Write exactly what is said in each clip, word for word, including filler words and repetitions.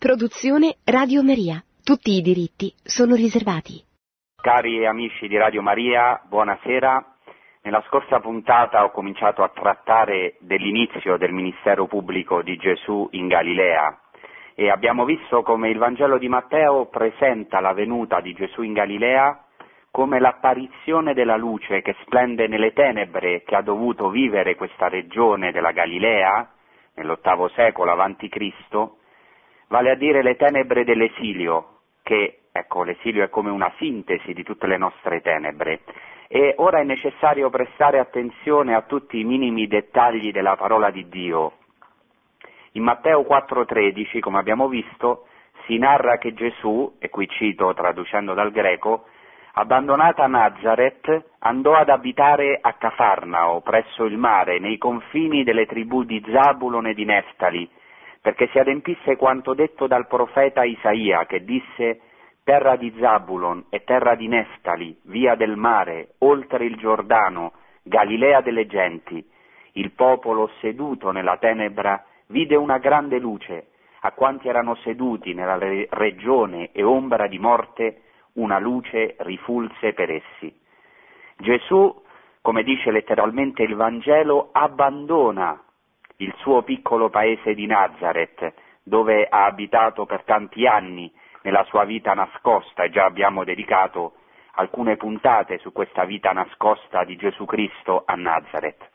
Produzione Radio Maria. Tutti i diritti sono riservati. Cari amici di Radio Maria, buonasera. Nella scorsa puntata ho cominciato a trattare dell'inizio del ministero pubblico di Gesù in Galilea e abbiamo visto come il Vangelo di Matteo presenta la venuta di Gesù in Galilea come l'apparizione della luce che splende nelle tenebre che ha dovuto vivere questa regione della Galilea nell'ottavo secolo avanti Cristo, vale a dire le tenebre dell'esilio, che, ecco, l'esilio è come una sintesi di tutte le nostre tenebre. E ora è necessario prestare attenzione a tutti i minimi dettagli della parola di Dio. In Matteo quattro tredici, come abbiamo visto, si narra che Gesù, e qui cito traducendo dal greco, abbandonata Nazaret, andò ad abitare a Cafarnao, presso il mare, nei confini delle tribù di Zabulon e di Neftali, perché si adempisse quanto detto dal profeta Isaia, che disse: terra di Zabulon e terra di Neftali, via del mare, oltre il Giordano, Galilea delle genti. Il popolo seduto nella tenebra vide una grande luce, a quanti erano seduti nella re- regione e ombra di morte, una luce rifulse per essi. Gesù, come dice letteralmente il Vangelo, abbandona il suo piccolo paese di Nazaret, dove ha abitato per tanti anni nella sua vita nascosta, e già abbiamo dedicato alcune puntate su questa vita nascosta di Gesù Cristo a Nazaret.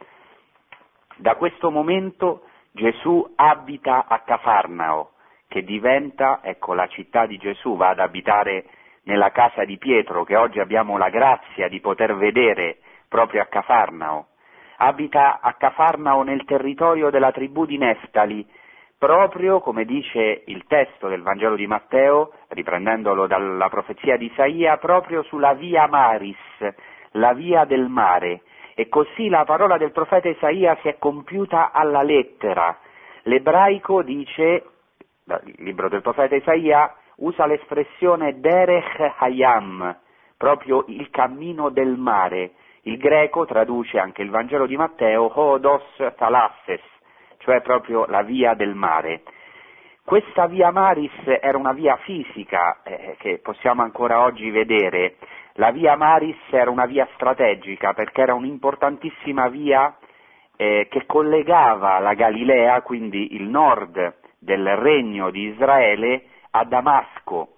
Da questo momento Gesù abita a Cafarnao, che diventa, ecco, la città di Gesù, va ad abitare nella casa di Pietro, che oggi abbiamo la grazia di poter vedere proprio a Cafarnao. Abita a Cafarnao nel territorio della tribù di Neftali, proprio come dice il testo del Vangelo di Matteo, riprendendolo dalla profezia di Isaia, proprio sulla via Maris, la via del mare. E così la parola del profeta Isaia si è compiuta alla lettera. L'ebraico dice, il libro del profeta Isaia, usa l'espressione Derech Hayam, proprio il cammino del mare. Il greco traduce anche il Vangelo di Matteo Hodos Thalasses, cioè proprio la via del mare. Questa via Maris era una via fisica eh, che possiamo ancora oggi vedere. La via Maris era una via strategica perché era un'importantissima via eh, che collegava la Galilea, quindi il nord del regno di Israele, a Damasco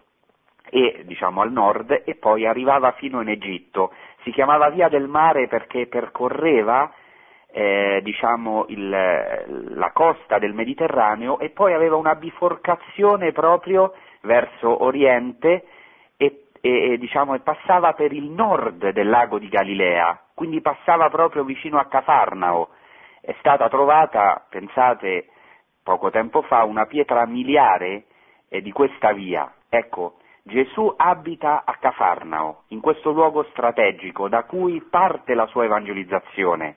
e diciamo al nord, e poi arrivava fino in Egitto. Si chiamava via del mare perché percorreva eh, diciamo il, la costa del Mediterraneo e poi aveva una biforcazione proprio verso oriente e, e, diciamo, e passava per il nord del lago di Galilea, quindi passava proprio vicino a Cafarnao. È stata trovata, pensate, poco tempo fa, una pietra miliare eh, di questa via. Ecco, Gesù abita a Cafarnao, in questo luogo strategico da cui parte la sua evangelizzazione.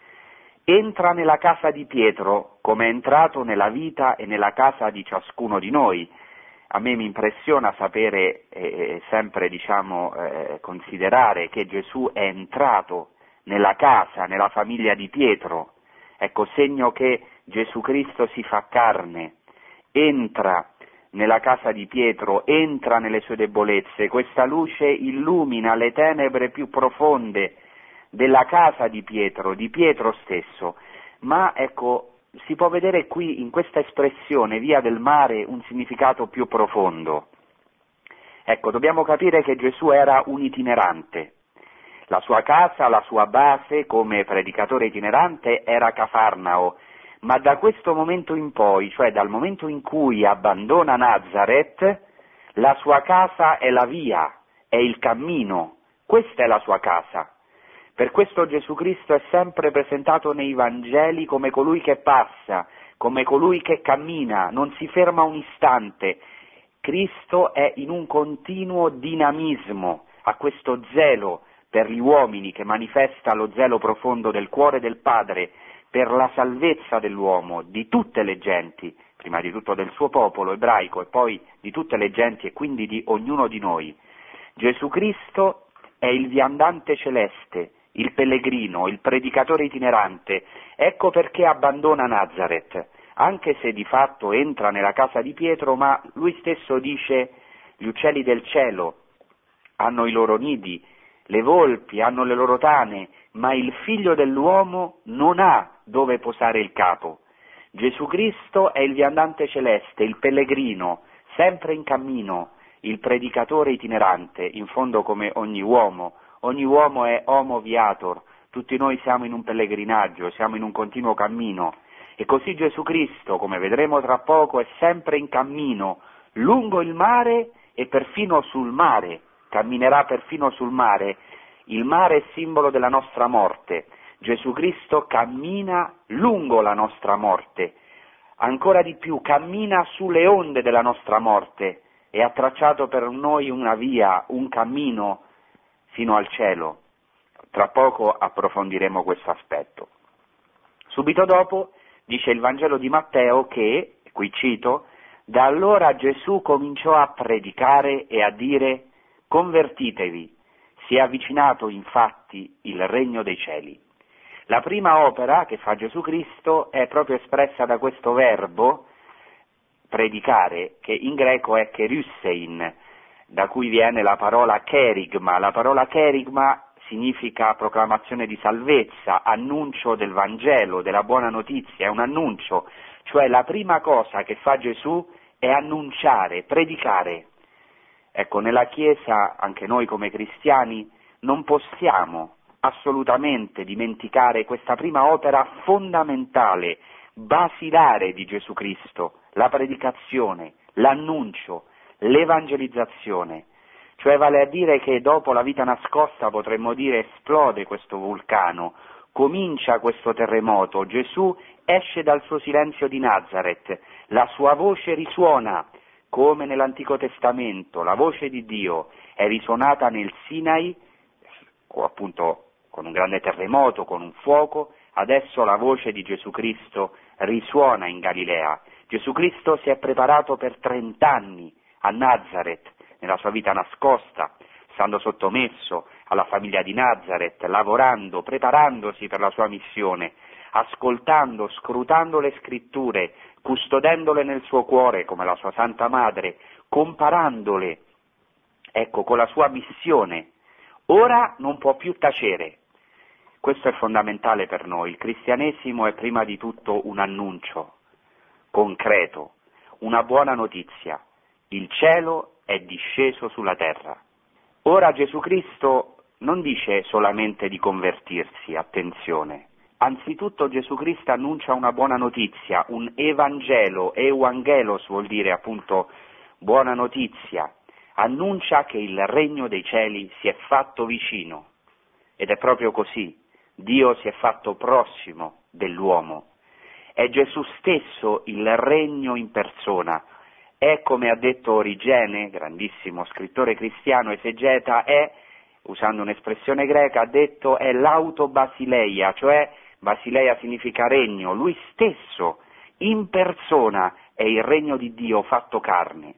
Entra nella casa di Pietro, come è entrato nella vita e nella casa di ciascuno di noi. A me mi impressiona sapere e eh, sempre diciamo eh, considerare che Gesù è entrato nella casa, nella famiglia di Pietro. Ecco, segno che Gesù Cristo si fa carne, entra nella casa di Pietro, entra nelle sue debolezze. Questa luce illumina le tenebre più profonde della casa di Pietro, di Pietro stesso. Ma ecco, si può vedere qui in questa espressione via del mare un significato più profondo. Ecco, dobbiamo capire che Gesù era un itinerante. La sua casa, la sua base come predicatore itinerante era Cafarnao, ma da questo momento in poi, cioè dal momento in cui abbandona Nazaret, la sua casa è la via, è il cammino, questa è la sua casa. Per questo Gesù Cristo è sempre presentato nei Vangeli come colui che passa, come colui che cammina, non si ferma un istante. Cristo è in un continuo dinamismo, ha questo zelo per gli uomini che manifesta lo zelo profondo del cuore del Padre, per la salvezza dell'uomo, di tutte le genti, prima di tutto del suo popolo ebraico e poi di tutte le genti e quindi di ognuno di noi. Gesù Cristo è il viandante celeste, il pellegrino, il predicatore itinerante. Ecco perché abbandona Nazaret, anche se di fatto entra nella casa di Pietro, ma lui stesso dice: gli uccelli del cielo hanno i loro nidi, le volpi hanno le loro tane, ma il figlio dell'uomo non ha dove posare il capo. Gesù Cristo è il viandante celeste, il pellegrino, sempre in cammino, il predicatore itinerante, in fondo come ogni uomo. Ogni uomo è homo viator, tutti noi siamo in un pellegrinaggio, siamo in un continuo cammino. E così Gesù Cristo, come vedremo tra poco, è sempre in cammino, lungo il mare e perfino sul mare, camminerà perfino sul mare. Il mare è simbolo della nostra morte. Gesù Cristo cammina lungo la nostra morte, ancora di più cammina sulle onde della nostra morte e ha tracciato per noi una via, un cammino fino al cielo. Tra poco approfondiremo questo aspetto. Subito dopo dice il Vangelo di Matteo che, qui cito, da allora Gesù cominciò a predicare e a dire: convertitevi, si è avvicinato infatti il regno dei cieli. La prima opera che fa Gesù Cristo è proprio espressa da questo verbo, predicare, che in greco è keryssein, da cui viene la parola kerigma. La parola kerigma significa proclamazione di salvezza, annuncio del Vangelo, della buona notizia, è un annuncio, cioè la prima cosa che fa Gesù è annunciare, predicare. Ecco, nella Chiesa, anche noi come cristiani, non possiamo assolutamente dimenticare questa prima opera fondamentale, basilare di Gesù Cristo, la predicazione, l'annuncio, l'evangelizzazione. Cioè vale a dire che dopo la vita nascosta, potremmo dire, esplode questo vulcano, comincia questo terremoto, Gesù esce dal suo silenzio di Nazareth, la sua voce risuona, come nell'Antico Testamento, la voce di Dio è risuonata nel Sinai, o appunto con un grande terremoto, con un fuoco, adesso la voce di Gesù Cristo risuona in Galilea. Gesù Cristo si è preparato per trent'anni a Nazareth, nella sua vita nascosta, stando sottomesso alla famiglia di Nazareth, lavorando, preparandosi per la sua missione, ascoltando, scrutando le scritture, custodendole nel suo cuore come la sua Santa Madre, comparandole, ecco, con la sua missione. Ora non può più tacere. Questo è fondamentale per noi. Il cristianesimo è prima di tutto un annuncio concreto, una buona notizia. Il cielo è disceso sulla terra. Ora Gesù Cristo non dice solamente di convertirsi, attenzione. Anzitutto Gesù Cristo annuncia una buona notizia, un Evangelo, Euangelos vuol dire appunto buona notizia. Annuncia che il regno dei cieli si è fatto vicino. Ed è proprio così. Dio si è fatto prossimo dell'uomo. È Gesù stesso il regno in persona. È, come ha detto Origene, grandissimo scrittore cristiano, esegeta, è, usando un'espressione greca, ha detto è l'autobasileia, cioè Basileia significa regno. Lui stesso, in persona, è il regno di Dio fatto carne.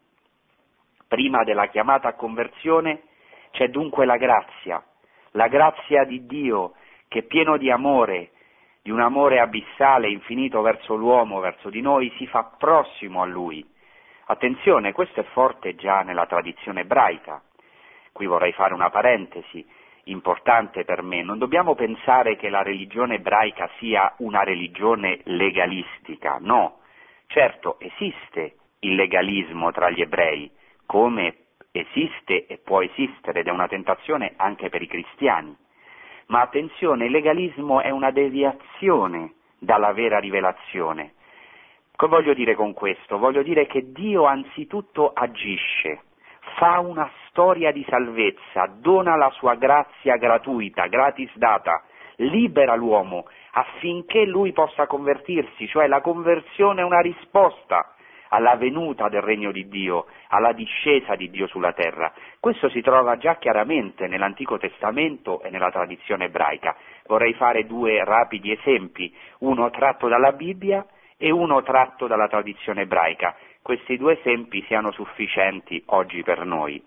Prima della chiamata a conversione c'è dunque la grazia, la grazia di Dio che è pieno di amore, di un amore abissale, infinito verso l'uomo, verso di noi, si fa prossimo a Lui. Attenzione, questo è forte già nella tradizione ebraica. Qui vorrei fare una parentesi importante per me. Non dobbiamo pensare che la religione ebraica sia una religione legalistica, no. Certo, esiste il legalismo tra gli ebrei, come esiste e può esistere ed è una tentazione anche per i cristiani. Ma attenzione, il legalismo è una deviazione dalla vera rivelazione. Cosa voglio dire con questo? Voglio dire che Dio anzitutto agisce, fa una storia di salvezza, dona la sua grazia gratuita, gratis data, libera l'uomo affinché lui possa convertirsi, cioè la conversione è una risposta alla venuta del regno di Dio, alla discesa di Dio sulla terra. Questo si trova già chiaramente nell'Antico Testamento e nella tradizione ebraica. Vorrei fare due rapidi esempi, uno tratto dalla Bibbia e uno tratto dalla tradizione ebraica. Questi due esempi siano sufficienti oggi per noi.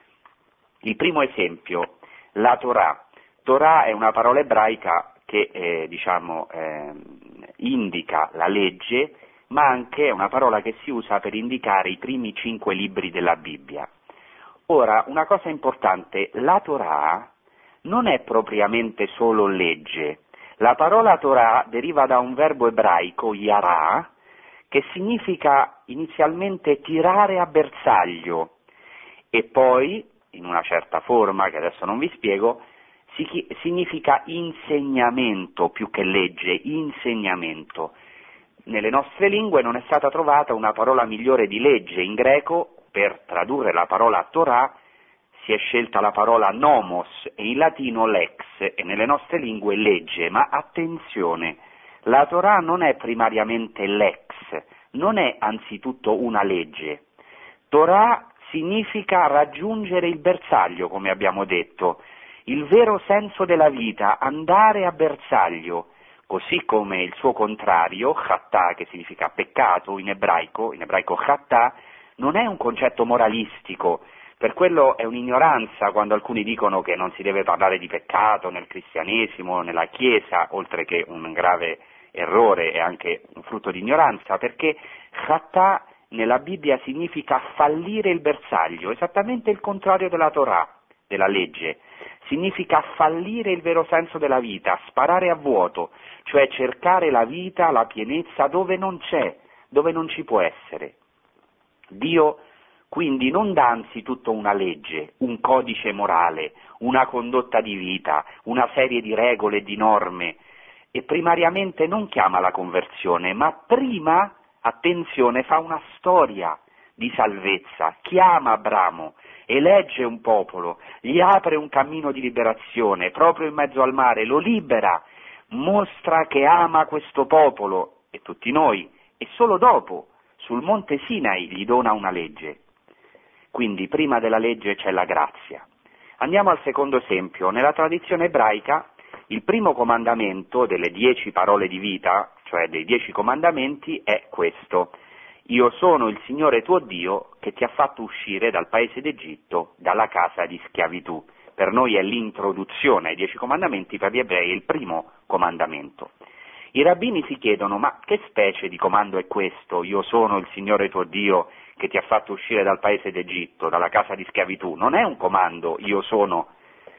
Il primo esempio, la Torah. Torah è una parola ebraica che eh, diciamo eh, indica la legge, ma anche è una parola che si usa per indicare i primi cinque libri della Bibbia. Ora, una cosa importante, la Torah non è propriamente solo legge. La parola Torah deriva da un verbo ebraico, yarah, che significa inizialmente tirare a bersaglio e poi, in una certa forma che adesso non vi spiego, si, significa insegnamento più che legge, insegnamento. Nelle nostre lingue non è stata trovata una parola migliore di legge. In greco, per tradurre la parola Torah, si è scelta la parola nomos e in latino lex, e nelle nostre lingue legge. Ma attenzione, la Torah non è primariamente lex, non è anzitutto una legge. Torah significa raggiungere il bersaglio, come abbiamo detto, il vero senso della vita, andare a bersaglio, così come il suo contrario, chattah, che significa peccato in ebraico, in ebraico chattah, non è un concetto moralistico. Per quello è un'ignoranza quando alcuni dicono che non si deve parlare di peccato nel cristianesimo, nella Chiesa, oltre che un grave errore e anche un frutto di ignoranza, perché chattah nella Bibbia significa fallire il bersaglio, esattamente il contrario della Torah, della legge. Significa fallire il vero senso della vita, sparare a vuoto, cioè cercare la vita, la pienezza dove non c'è, dove non ci può essere. Dio quindi non dà anzitutto una legge, un codice morale, una condotta di vita, una serie di regole e di norme, e primariamente non chiama la conversione, ma prima, attenzione, fa una storia di salvezza, chiama Abramo, elegge un popolo, gli apre un cammino di liberazione, proprio in mezzo al mare, lo libera, mostra che ama questo popolo e tutti noi, e solo dopo, sul monte Sinai, gli dona una legge. Quindi prima della legge c'è la grazia. Andiamo al secondo esempio. Nella tradizione ebraica il primo comandamento delle dieci parole di vita, cioè dei dieci comandamenti, è questo: io sono il Signore tuo Dio che ti ha fatto uscire dal paese d'Egitto, dalla casa di schiavitù. Per noi è l'introduzione ai dieci comandamenti, per gli ebrei è il primo comandamento. I rabbini si chiedono: ma che specie di comando è questo? Io sono il Signore tuo Dio che ti ha fatto uscire dal paese d'Egitto, dalla casa di schiavitù. Non è un comando, io sono.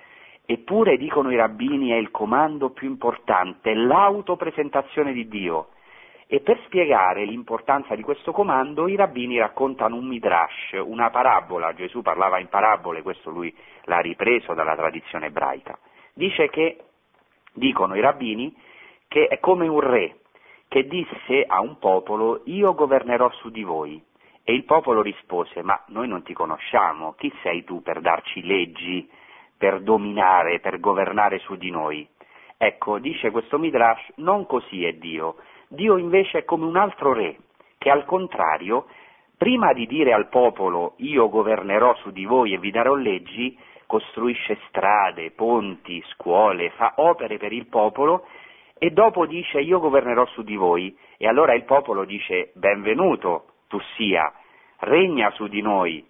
Eppure, dicono i rabbini, è il comando più importante, l'autopresentazione di Dio. E per spiegare l'importanza di questo comando, i rabbini raccontano un midrash, una parabola. Gesù parlava in parabole, questo lui l'ha ripreso dalla tradizione ebraica. Dice che, dicono i rabbini, che è come un re che disse a un popolo: io governerò su di voi. E il popolo rispose: ma noi non ti conosciamo, chi sei tu per darci leggi, per dominare, per governare su di noi? Ecco, dice questo midrash, non così è Dio. Dio invece è come un altro re, che al contrario, prima di dire al popolo io governerò su di voi e vi darò leggi, costruisce strade, ponti, scuole, fa opere per il popolo e dopo dice io governerò su di voi, e allora il popolo dice benvenuto tu sia, regna su di noi.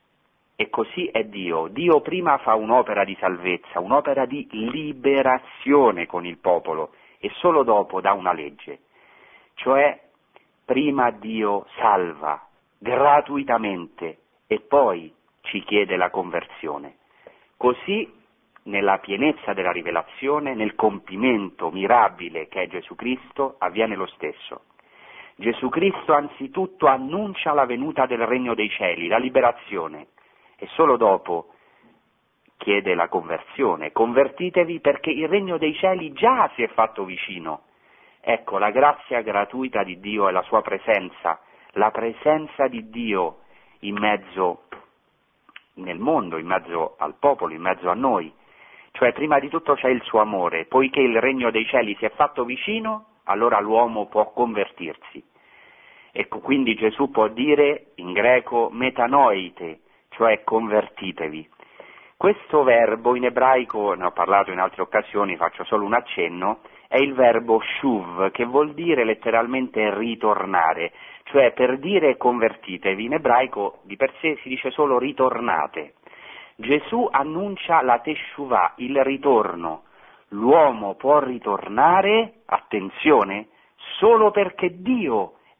E così è Dio. Dio prima fa un'opera di salvezza, un'opera di liberazione con il popolo e solo dopo dà una legge. Cioè, prima Dio salva gratuitamente e poi ci chiede la conversione. Così, nella pienezza della rivelazione, nel compimento mirabile che è Gesù Cristo, avviene lo stesso. Gesù Cristo anzitutto annuncia la venuta del regno dei cieli, la liberazione, e solo dopo chiede la conversione. Convertitevi perché il regno dei cieli già si è fatto vicino. Ecco, la grazia gratuita di Dio è la sua presenza, la presenza di Dio in mezzo nel mondo, in mezzo al popolo, in mezzo a noi. Cioè, prima di tutto c'è il suo amore, poiché il regno dei cieli si è fatto vicino, allora l'uomo può convertirsi. Ecco, quindi Gesù può dire in greco metanoite, cioè convertitevi. Questo verbo in ebraico, ne ho parlato in altre occasioni, faccio solo un accenno, è il verbo shuv, che vuol dire letteralmente ritornare, cioè per dire convertitevi, in ebraico di per sé si dice solo ritornate. Gesù annuncia la teshuvah, il ritorno. L'uomo può ritornare, attenzione, solo perché Dio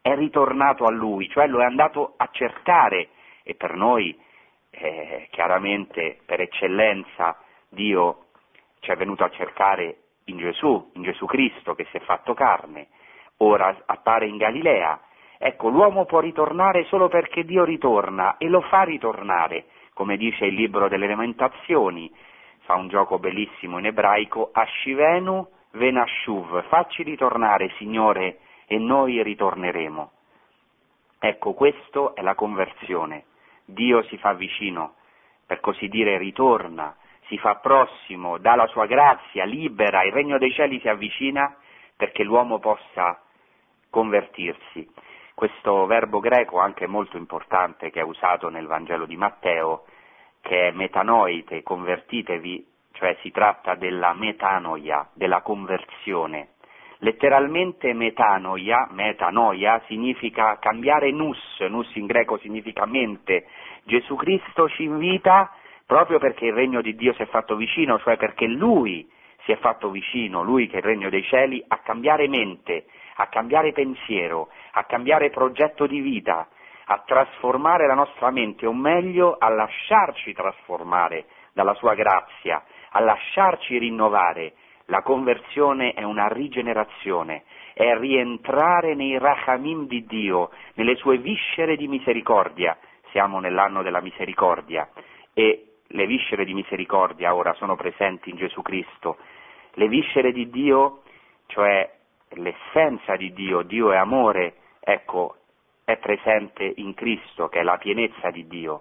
è ritornato a lui, cioè lo è andato a cercare, e per noi eh, chiaramente per eccellenza Dio ci è venuto a cercare in Gesù, in Gesù Cristo che si è fatto carne, ora appare in Galilea. Ecco, l'uomo può ritornare solo perché Dio ritorna e lo fa ritornare, come dice il libro delle Lamentazioni, fa un gioco bellissimo in ebraico, Ashivenu venashuv, facci ritornare Signore e noi ritorneremo. Ecco, questo è la conversione. Dio si fa vicino, per così dire ritorna, si fa prossimo, dà la sua grazia, libera, il regno dei cieli si avvicina perché l'uomo possa convertirsi. Questo verbo greco anche molto importante che è usato nel Vangelo di Matteo, che è metanoite, convertitevi, cioè si tratta della metanoia, della conversione. Letteralmente metanoia, metanoia significa cambiare nous, nous in greco significa mente. Gesù Cristo ci invita, proprio perché il regno di Dio si è fatto vicino, cioè perché Lui si è fatto vicino, Lui che è il regno dei cieli, a cambiare mente, a cambiare pensiero, a cambiare progetto di vita, a trasformare la nostra mente, o meglio a lasciarci trasformare dalla sua grazia, a lasciarci rinnovare. La conversione è una rigenerazione, è rientrare nei rachamim di Dio, nelle sue viscere di misericordia. Siamo nell'anno della misericordia e le viscere di misericordia ora sono presenti in Gesù Cristo. Le viscere di Dio, cioè l'essenza di Dio, Dio è amore, ecco, è presente in Cristo, che è la pienezza di Dio.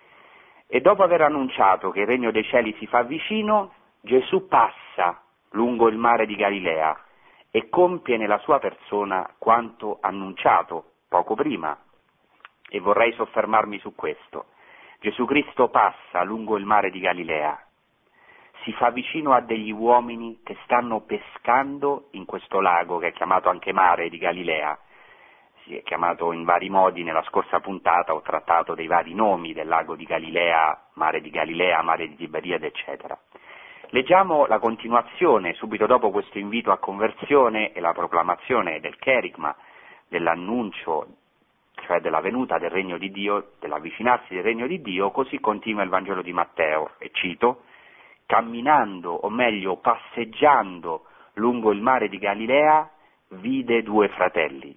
E dopo aver annunciato che il regno dei cieli si fa vicino, Gesù passa lungo il mare di Galilea e compie nella sua persona quanto annunciato poco prima. E vorrei soffermarmi su questo. Gesù Cristo passa lungo il mare di Galilea, si fa vicino a degli uomini che stanno pescando in questo lago che è chiamato anche mare di Galilea. Si è chiamato in vari modi, nella scorsa puntata ho trattato dei vari nomi del lago di Galilea, mare di Galilea, mare di Tiberiade, eccetera. Leggiamo la continuazione, subito dopo questo invito a conversione e la proclamazione del cherigma, dell'annuncio, cioè della venuta del regno di Dio, dell'avvicinarsi del regno di Dio, così continua il Vangelo di Matteo, e cito, camminando, o meglio passeggiando lungo il mare di Galilea, vide due fratelli.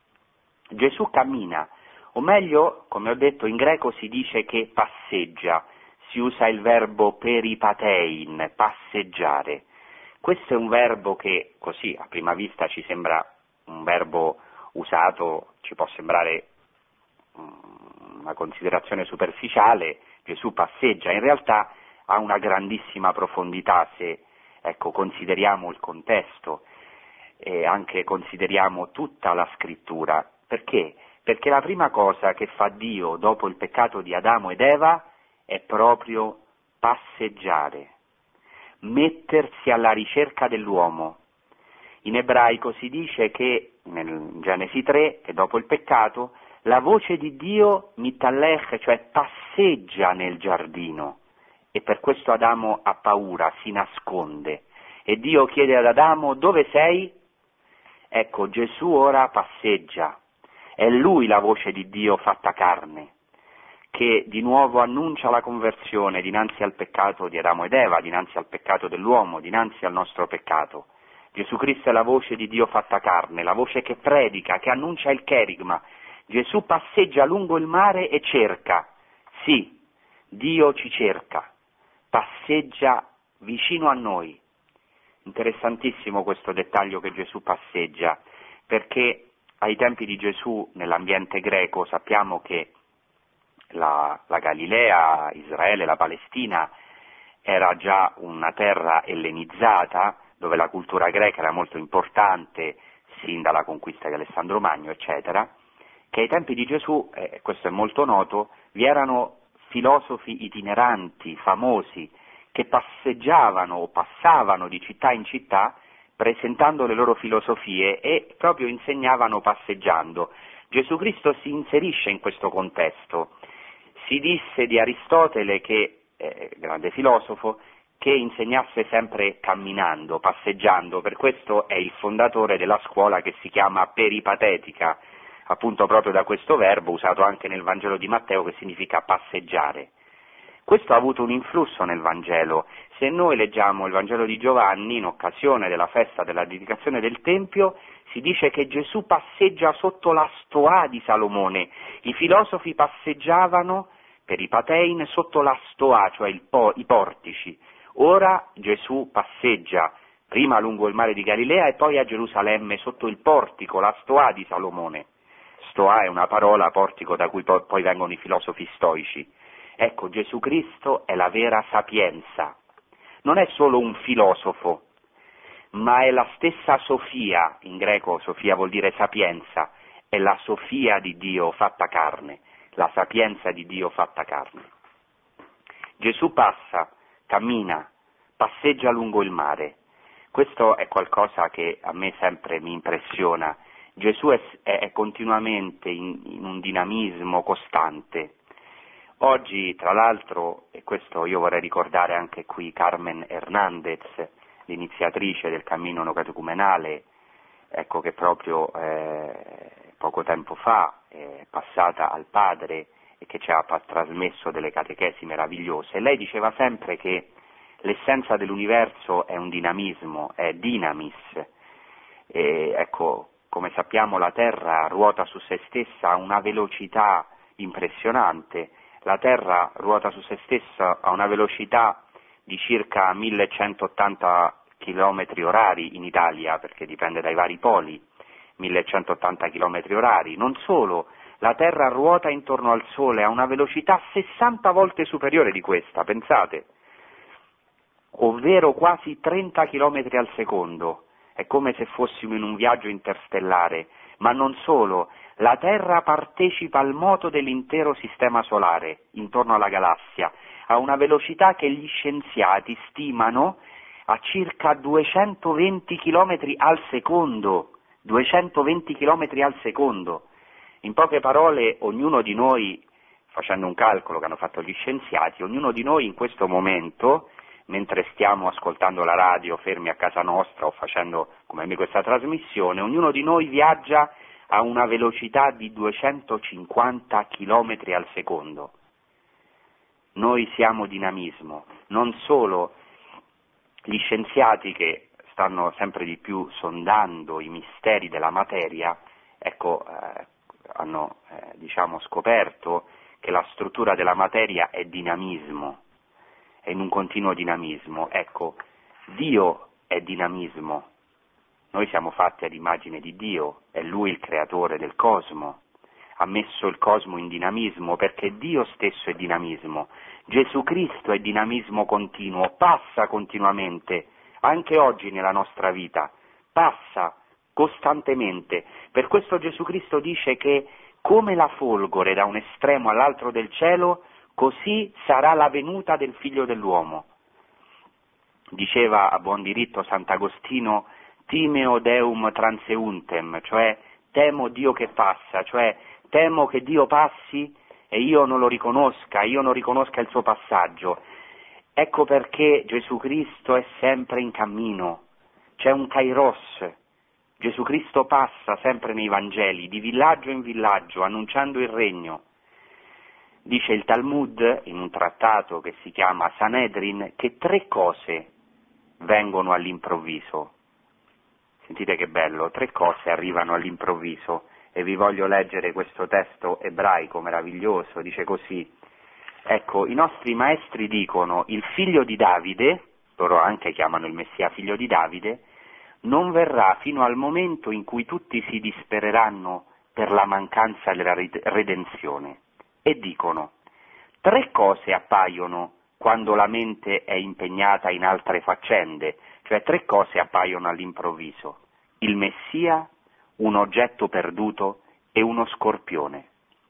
Gesù cammina, o meglio, come ho detto, in greco si dice che passeggia, si usa il verbo peripatein, passeggiare. Questo è un verbo che, così, a prima vista ci sembra un verbo usato, ci può sembrare una considerazione superficiale, Gesù passeggia, in realtà ha una grandissima profondità se, ecco, consideriamo il contesto e anche consideriamo tutta la scrittura. Perché? Perché la prima cosa che fa Dio dopo il peccato di Adamo ed Eva è proprio passeggiare, mettersi alla ricerca dell'uomo. In ebraico si dice che, nel Genesi tre, che dopo il peccato, la voce di Dio mitallech, cioè passeggia nel giardino, e per questo Adamo ha paura, si nasconde, e Dio chiede ad Adamo: dove sei? Ecco, Gesù ora passeggia, è Lui la voce di Dio fatta carne, che di nuovo annuncia la conversione dinanzi al peccato di Adamo ed Eva, dinanzi al peccato dell'uomo, dinanzi al nostro peccato. Gesù Cristo è la voce di Dio fatta carne, la voce che predica, che annuncia il cherigma. Gesù passeggia lungo il mare e cerca. Sì, Dio ci cerca, passeggia vicino a noi. Interessantissimo questo dettaglio che Gesù passeggia, perché ai tempi di Gesù nell'ambiente greco sappiamo che La, la Galilea, Israele, la Palestina era già una terra ellenizzata dove la cultura greca era molto importante sin dalla conquista di Alessandro Magno, eccetera, che ai tempi di Gesù, eh, questo è molto noto, vi erano filosofi itineranti, famosi, che passeggiavano o passavano di città in città presentando le loro filosofie e proprio insegnavano passeggiando. Gesù Cristo si inserisce in questo contesto. Si disse di Aristotele, che eh, grande filosofo, che insegnasse sempre camminando, passeggiando, per questo è il fondatore della scuola che si chiama peripatetica, appunto proprio da questo verbo usato anche nel Vangelo di Matteo, che significa passeggiare. Questo ha avuto un influsso nel Vangelo. Se noi leggiamo il Vangelo di Giovanni, in occasione della festa della dedicazione del Tempio, si dice che Gesù passeggia sotto la stoa di Salomone. I filosofi passeggiavano per i patein sotto la stoa, cioè il po- i portici. Ora Gesù passeggia prima lungo il mare di Galilea e poi a Gerusalemme sotto il portico, la stoa di Salomone. Stoa è una parola, portico, da cui po- poi vengono i filosofi stoici. Ecco, Gesù Cristo è la vera sapienza. Non è solo un filosofo, ma è la stessa Sofia, in greco Sofia vuol dire sapienza, è la Sofia di Dio fatta carne, la sapienza di Dio fatta carne. Gesù passa, cammina, passeggia lungo il mare. Questo è qualcosa che a me sempre mi impressiona. Gesù è, è, è continuamente in, in un dinamismo costante. Oggi, tra l'altro, e questo io vorrei ricordare anche qui Carmen Hernandez, l'iniziatrice del cammino neocatecumenale, ecco che proprio eh, poco tempo fa è passata al Padre e che ci ha trasmesso delle catechesi meravigliose. Lei diceva sempre che l'essenza dell'universo è un dinamismo, è dinamis. E, ecco, come sappiamo la Terra ruota su se stessa a una velocità impressionante. La Terra ruota su se stessa a una velocità di circa millecentottanta chilometri orari in Italia, perché dipende dai vari poli, millecentottanta chilometri orari. Non solo, la Terra ruota intorno al Sole a una velocità sessanta volte superiore di questa, pensate, ovvero quasi trenta chilometri al secondo. È come se fossimo in un viaggio interstellare, ma non solo. La Terra partecipa al moto dell'intero sistema solare intorno alla galassia a una velocità che gli scienziati stimano a circa duecentoventi chilometri al secondo. duecentoventi chilometri al secondo. In poche parole, ognuno di noi, facendo un calcolo che hanno fatto gli scienziati, ognuno di noi in questo momento, mentre stiamo ascoltando la radio fermi a casa nostra o facendo come me questa trasmissione, ognuno di noi viaggia a una velocità di duecentocinquanta chilometri al secondo. Noi siamo dinamismo, non solo gli scienziati che stanno sempre di più sondando i misteri della materia, ecco, eh, hanno eh, diciamo scoperto che la struttura della materia è dinamismo, è in un continuo dinamismo. Ecco, Dio è dinamismo. Noi siamo fatti ad immagine di Dio, è Lui il creatore del cosmo, ha messo il cosmo in dinamismo perché Dio stesso è dinamismo. Gesù Cristo è dinamismo continuo, passa continuamente, anche oggi nella nostra vita, passa costantemente. Per questo Gesù Cristo dice che come la folgore da un estremo all'altro del cielo, così sarà la venuta del Figlio dell'uomo. Diceva a buon diritto Sant'Agostino, timeo Deum transeuntem, cioè temo Dio che passa, cioè temo che Dio passi e io non lo riconosca, io non riconosca il suo passaggio. Ecco perché Gesù Cristo è sempre in cammino, c'è un kairos. Gesù Cristo passa sempre nei Vangeli, di villaggio in villaggio, annunciando il regno. Dice il Talmud, in un trattato che si chiama Sanedrin, che tre cose vengono all'improvviso. Sentite che bello, tre cose arrivano all'improvviso, e vi voglio leggere questo testo ebraico meraviglioso, dice così: ecco, i nostri maestri dicono, il figlio di Davide, loro anche chiamano il Messia figlio di Davide, non verrà fino al momento in cui tutti si dispereranno per la mancanza della redenzione. E dicono, tre cose appaiono quando la mente è impegnata in altre faccende, cioè tre cose appaiono all'improvviso: il Messia, un oggetto perduto e uno scorpione.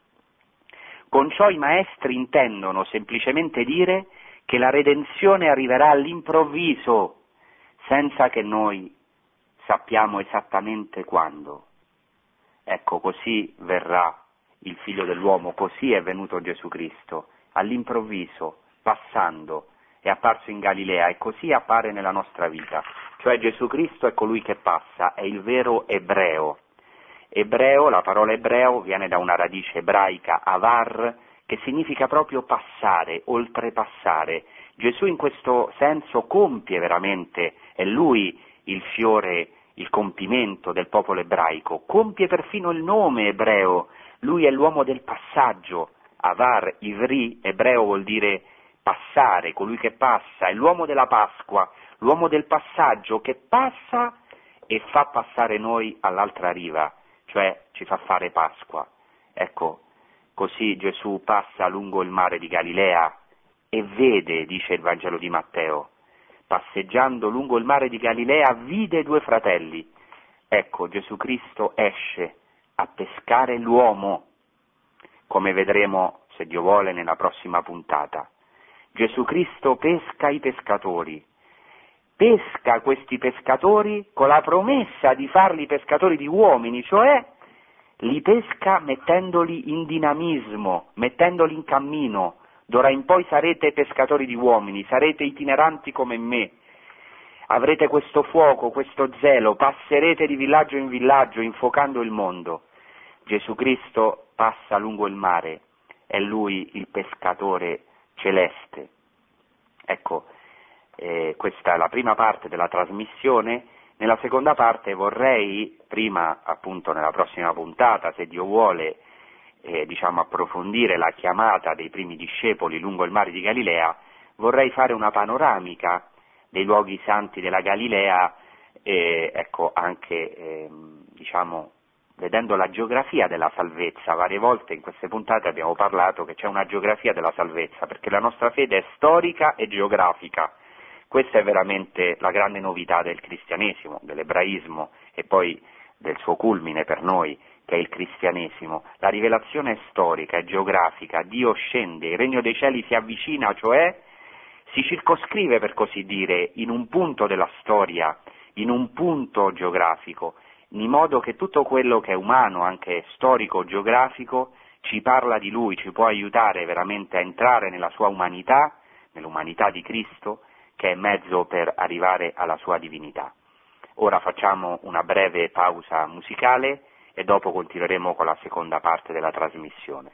Con ciò i maestri intendono semplicemente dire che la redenzione arriverà all'improvviso, senza che noi sappiamo esattamente quando. Ecco, così verrà il Figlio dell'uomo, così è venuto Gesù Cristo, all'improvviso, passando, è apparso in Galilea e così appare nella nostra vita. Cioè Gesù Cristo è colui che passa, è il vero ebreo. Ebreo, la parola ebreo viene da una radice ebraica, avar, che significa proprio passare, oltrepassare. Gesù in questo senso compie veramente, è lui il fiore, il compimento del popolo ebraico, compie perfino il nome ebreo, lui è l'uomo del passaggio, avar, ivri, ebreo vuol dire passare, colui che passa, è l'uomo della Pasqua, l'uomo del passaggio che passa e fa passare noi all'altra riva, cioè ci fa fare Pasqua. Ecco, così Gesù passa lungo il mare di Galilea e vede, dice il Vangelo di Matteo, passeggiando lungo il mare di Galilea vide due fratelli. Ecco, Gesù Cristo esce a pescare l'uomo, come vedremo, se Dio vuole, nella prossima puntata. Gesù Cristo pesca i pescatori, pesca questi pescatori con la promessa di farli pescatori di uomini, cioè li pesca mettendoli in dinamismo, mettendoli in cammino. D'ora in poi sarete pescatori di uomini, sarete itineranti come me, avrete questo fuoco, questo zelo, passerete di villaggio in villaggio infuocando il mondo. Gesù Cristo passa lungo il mare, è Lui il pescatore celeste. Ecco, eh, questa è la prima parte della trasmissione. Nella seconda parte vorrei, prima appunto nella prossima puntata, se Dio vuole, eh, diciamo approfondire la chiamata dei primi discepoli lungo il mare di Galilea, vorrei fare una panoramica dei luoghi santi della Galilea, eh, ecco anche eh, diciamo vedendo la geografia della salvezza. Varie volte in queste puntate abbiamo parlato che c'è una geografia della salvezza, perché la nostra fede è storica e geografica. Questa è veramente la grande novità del cristianesimo, dell'ebraismo e poi del suo culmine per noi, che è il cristianesimo. La rivelazione è storica, è geografica, Dio scende, il regno dei cieli si avvicina, cioè si circoscrive, per così dire, in un punto della storia, in un punto geografico, in modo che tutto quello che è umano, anche storico, geografico, ci parla di Lui, ci può aiutare veramente a entrare nella sua umanità, nell'umanità di Cristo, che è mezzo per arrivare alla sua divinità. Ora facciamo una breve pausa musicale e dopo continueremo con la seconda parte della trasmissione.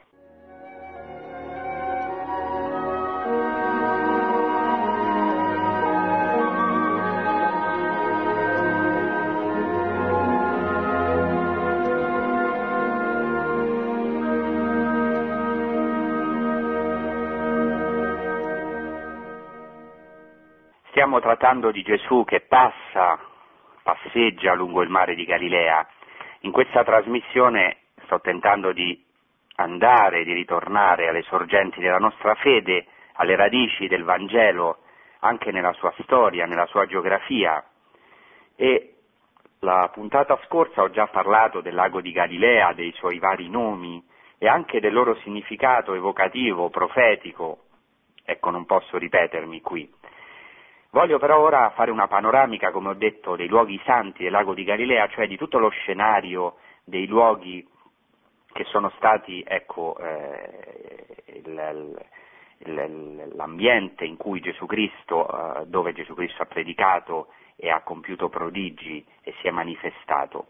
Stiamo trattando di Gesù che passa, passeggia lungo il mare di Galilea. In questa trasmissione sto tentando di andare, di ritornare alle sorgenti della nostra fede, alle radici del Vangelo, anche nella sua storia, nella sua geografia. E la puntata scorsa ho già parlato del lago di Galilea, dei suoi vari nomi e anche del loro significato evocativo, profetico. Ecco, non posso ripetermi qui. Voglio però ora fare una panoramica, come ho detto, dei luoghi santi del lago di Galilea, cioè di tutto lo scenario dei luoghi che sono stati, ecco, eh, il, il, l'ambiente in cui Gesù Cristo, eh, dove Gesù Cristo ha predicato e ha compiuto prodigi e si è manifestato.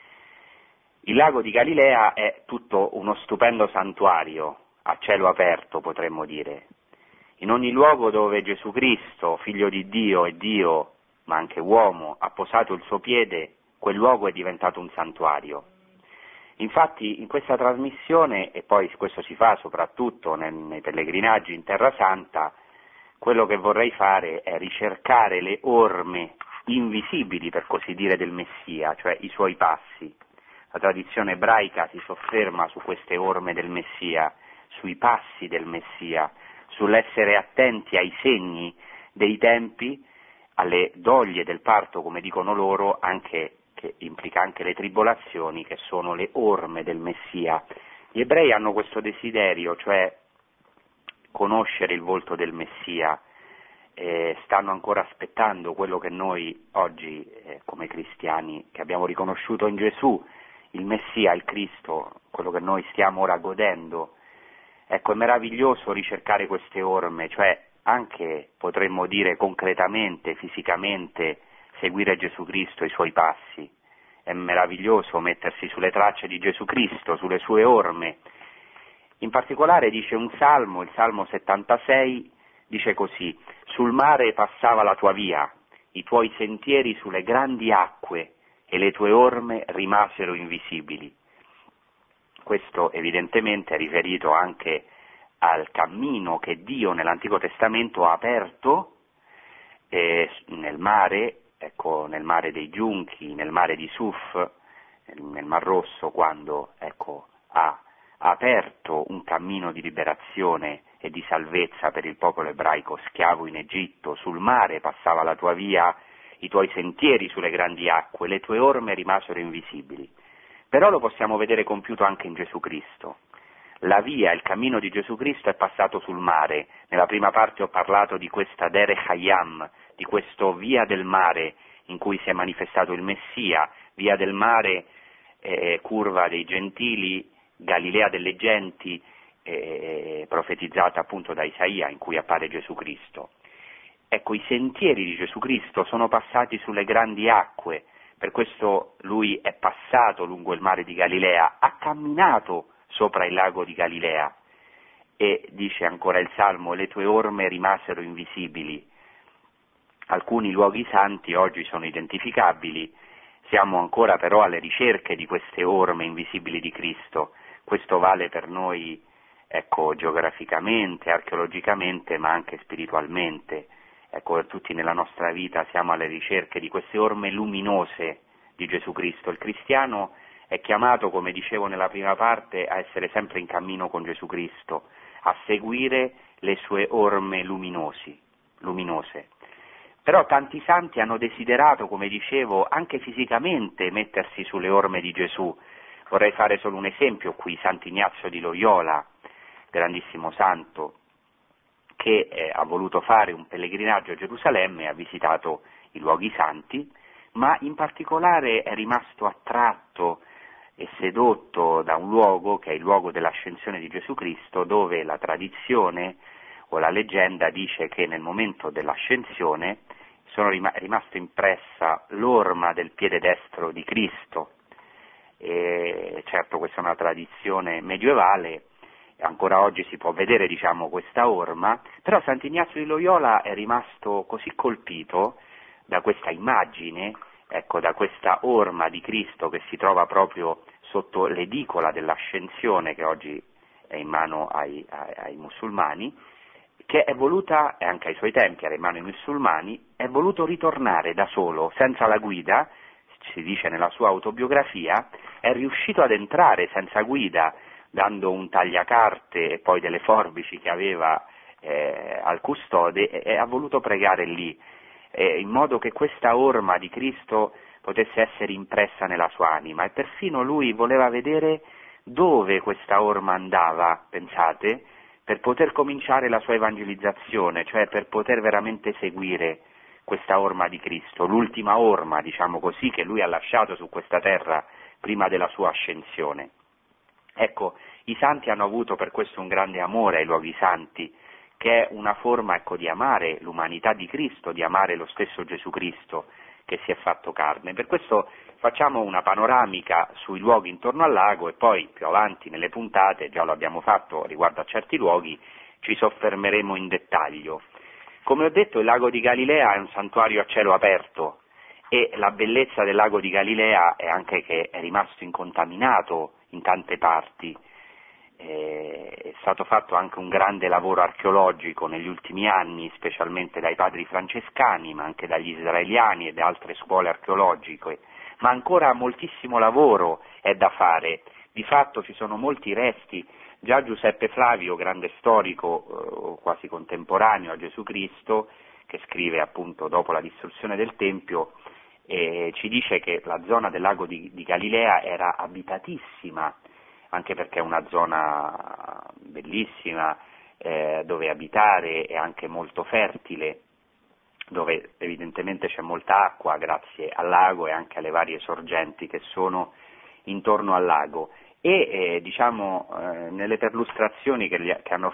Il lago di Galilea è tutto uno stupendo santuario, a cielo aperto potremmo dire. In ogni luogo dove Gesù Cristo, figlio di Dio e Dio, ma anche uomo, ha posato il suo piede, quel luogo è diventato un santuario. Infatti in questa trasmissione, e poi questo si fa soprattutto nei, nei pellegrinaggi in Terra Santa, quello che vorrei fare è ricercare le orme invisibili, per così dire, del Messia, cioè i suoi passi. La tradizione ebraica si sofferma su queste orme del Messia, sui passi del Messia, sull'essere attenti ai segni dei tempi, alle doglie del parto, come dicono loro, anche, che implica anche le tribolazioni, che sono le orme del Messia. Gli ebrei hanno questo desiderio, cioè conoscere il volto del Messia, eh, stanno ancora aspettando quello che noi oggi, eh, come cristiani, che abbiamo riconosciuto in Gesù, il Messia, il Cristo, quello che noi stiamo ora godendo. Ecco, è meraviglioso ricercare queste orme, cioè anche, potremmo dire concretamente, fisicamente, seguire Gesù Cristo e i suoi passi. è meraviglioso mettersi sulle tracce di Gesù Cristo, sulle sue orme. In particolare dice un salmo, il Salmo settantasei, dice così: sul mare passava la tua via, i tuoi sentieri sulle grandi acque e le tue orme rimasero invisibili. Questo evidentemente è riferito anche al cammino che Dio nell'Antico Testamento ha aperto eh, nel mare, ecco, nel mare dei Giunchi, nel mare di Suf, nel Mar Rosso, quando ecco, ha, ha aperto un cammino di liberazione e di salvezza per il popolo ebraico schiavo in Egitto. Sul mare passava la tua via, i tuoi sentieri sulle grandi acque, le tue orme rimasero invisibili. Però lo possiamo vedere compiuto anche in Gesù Cristo. La via, il cammino di Gesù Cristo è passato sul mare. Nella prima parte ho parlato di questa Dere Hayam, di questo via del mare in cui si è manifestato il Messia, via del mare, eh, curva dei gentili, Galilea delle genti, eh, profetizzata appunto da Isaia, in cui appare Gesù Cristo. Ecco, i sentieri di Gesù Cristo sono passati sulle grandi acque, per questo lui è passato lungo il mare di Galilea, ha camminato sopra il lago di Galilea e dice ancora il Salmo: le tue orme rimasero invisibili. Alcuni luoghi santi oggi sono identificabili, siamo ancora però alle ricerche di queste orme invisibili di Cristo. Questo vale per noi, ecco, geograficamente, archeologicamente, ma anche spiritualmente. Ecco, tutti nella nostra vita siamo alle ricerche di queste orme luminose di Gesù Cristo. Il cristiano è chiamato, come dicevo nella prima parte, a essere sempre in cammino con Gesù Cristo, a seguire le sue orme luminosi, luminose. Però tanti santi hanno desiderato, come dicevo, anche fisicamente mettersi sulle orme di Gesù. Vorrei fare solo un esempio qui: Sant'Ignazio di Loyola, grandissimo santo, che eh, ha voluto fare un pellegrinaggio a Gerusalemme, ha visitato i luoghi santi, ma in particolare è rimasto attratto e sedotto da un luogo che è il luogo dell'ascensione di Gesù Cristo, dove la tradizione o la leggenda dice che nel momento dell'ascensione sono rim- rimasto impressa l'orma del piede destro di Cristo. E certo, questa è una tradizione medievale, ancora oggi si può vedere, diciamo, questa orma, però Sant'Ignazio di Loyola è rimasto così colpito da questa immagine, ecco, da questa orma di Cristo che si trova proprio sotto l'edicola dell'ascensione, che oggi è in mano ai, ai, ai musulmani, che è voluta, e anche ai suoi tempi era in mano ai musulmani, è voluto ritornare da solo, senza la guida, si dice nella sua autobiografia, è riuscito ad entrare senza guida, dando un tagliacarte e poi delle forbici che aveva eh, al custode, e, e ha voluto pregare lì, eh, in modo che questa orma di Cristo potesse essere impressa nella sua anima, e perfino lui voleva vedere dove questa orma andava, pensate, per poter cominciare la sua evangelizzazione, cioè per poter veramente seguire questa orma di Cristo, l'ultima orma, diciamo così, che lui ha lasciato su questa terra prima della sua ascensione. Ecco, i santi hanno avuto per questo un grande amore ai luoghi santi, che è una forma, ecco, di amare l'umanità di Cristo, di amare lo stesso Gesù Cristo che si è fatto carne. Per questo facciamo una panoramica sui luoghi intorno al lago e poi più avanti nelle puntate, già lo abbiamo fatto riguardo a certi luoghi, ci soffermeremo in dettaglio. Come ho detto, il lago di Galilea è un santuario a cielo aperto e la bellezza del lago di Galilea è anche che è rimasto incontaminato in tante parti. È stato fatto anche un grande lavoro archeologico negli ultimi anni, specialmente dai padri francescani, ma anche dagli israeliani e da altre scuole archeologiche, ma ancora moltissimo lavoro è da fare. Di fatto ci sono molti resti. Già Giuseppe Flavio, grande storico eh, quasi contemporaneo a Gesù Cristo, che scrive appunto dopo la distruzione del Tempio, eh, ci dice che la zona del lago di, di Galilea era abitatissima, anche perché è una zona bellissima eh, dove abitare, è anche molto fertile, dove evidentemente c'è molta acqua grazie al lago e anche alle varie sorgenti che sono intorno al lago. E eh, diciamo eh, nelle perlustrazioni che, gli, che hanno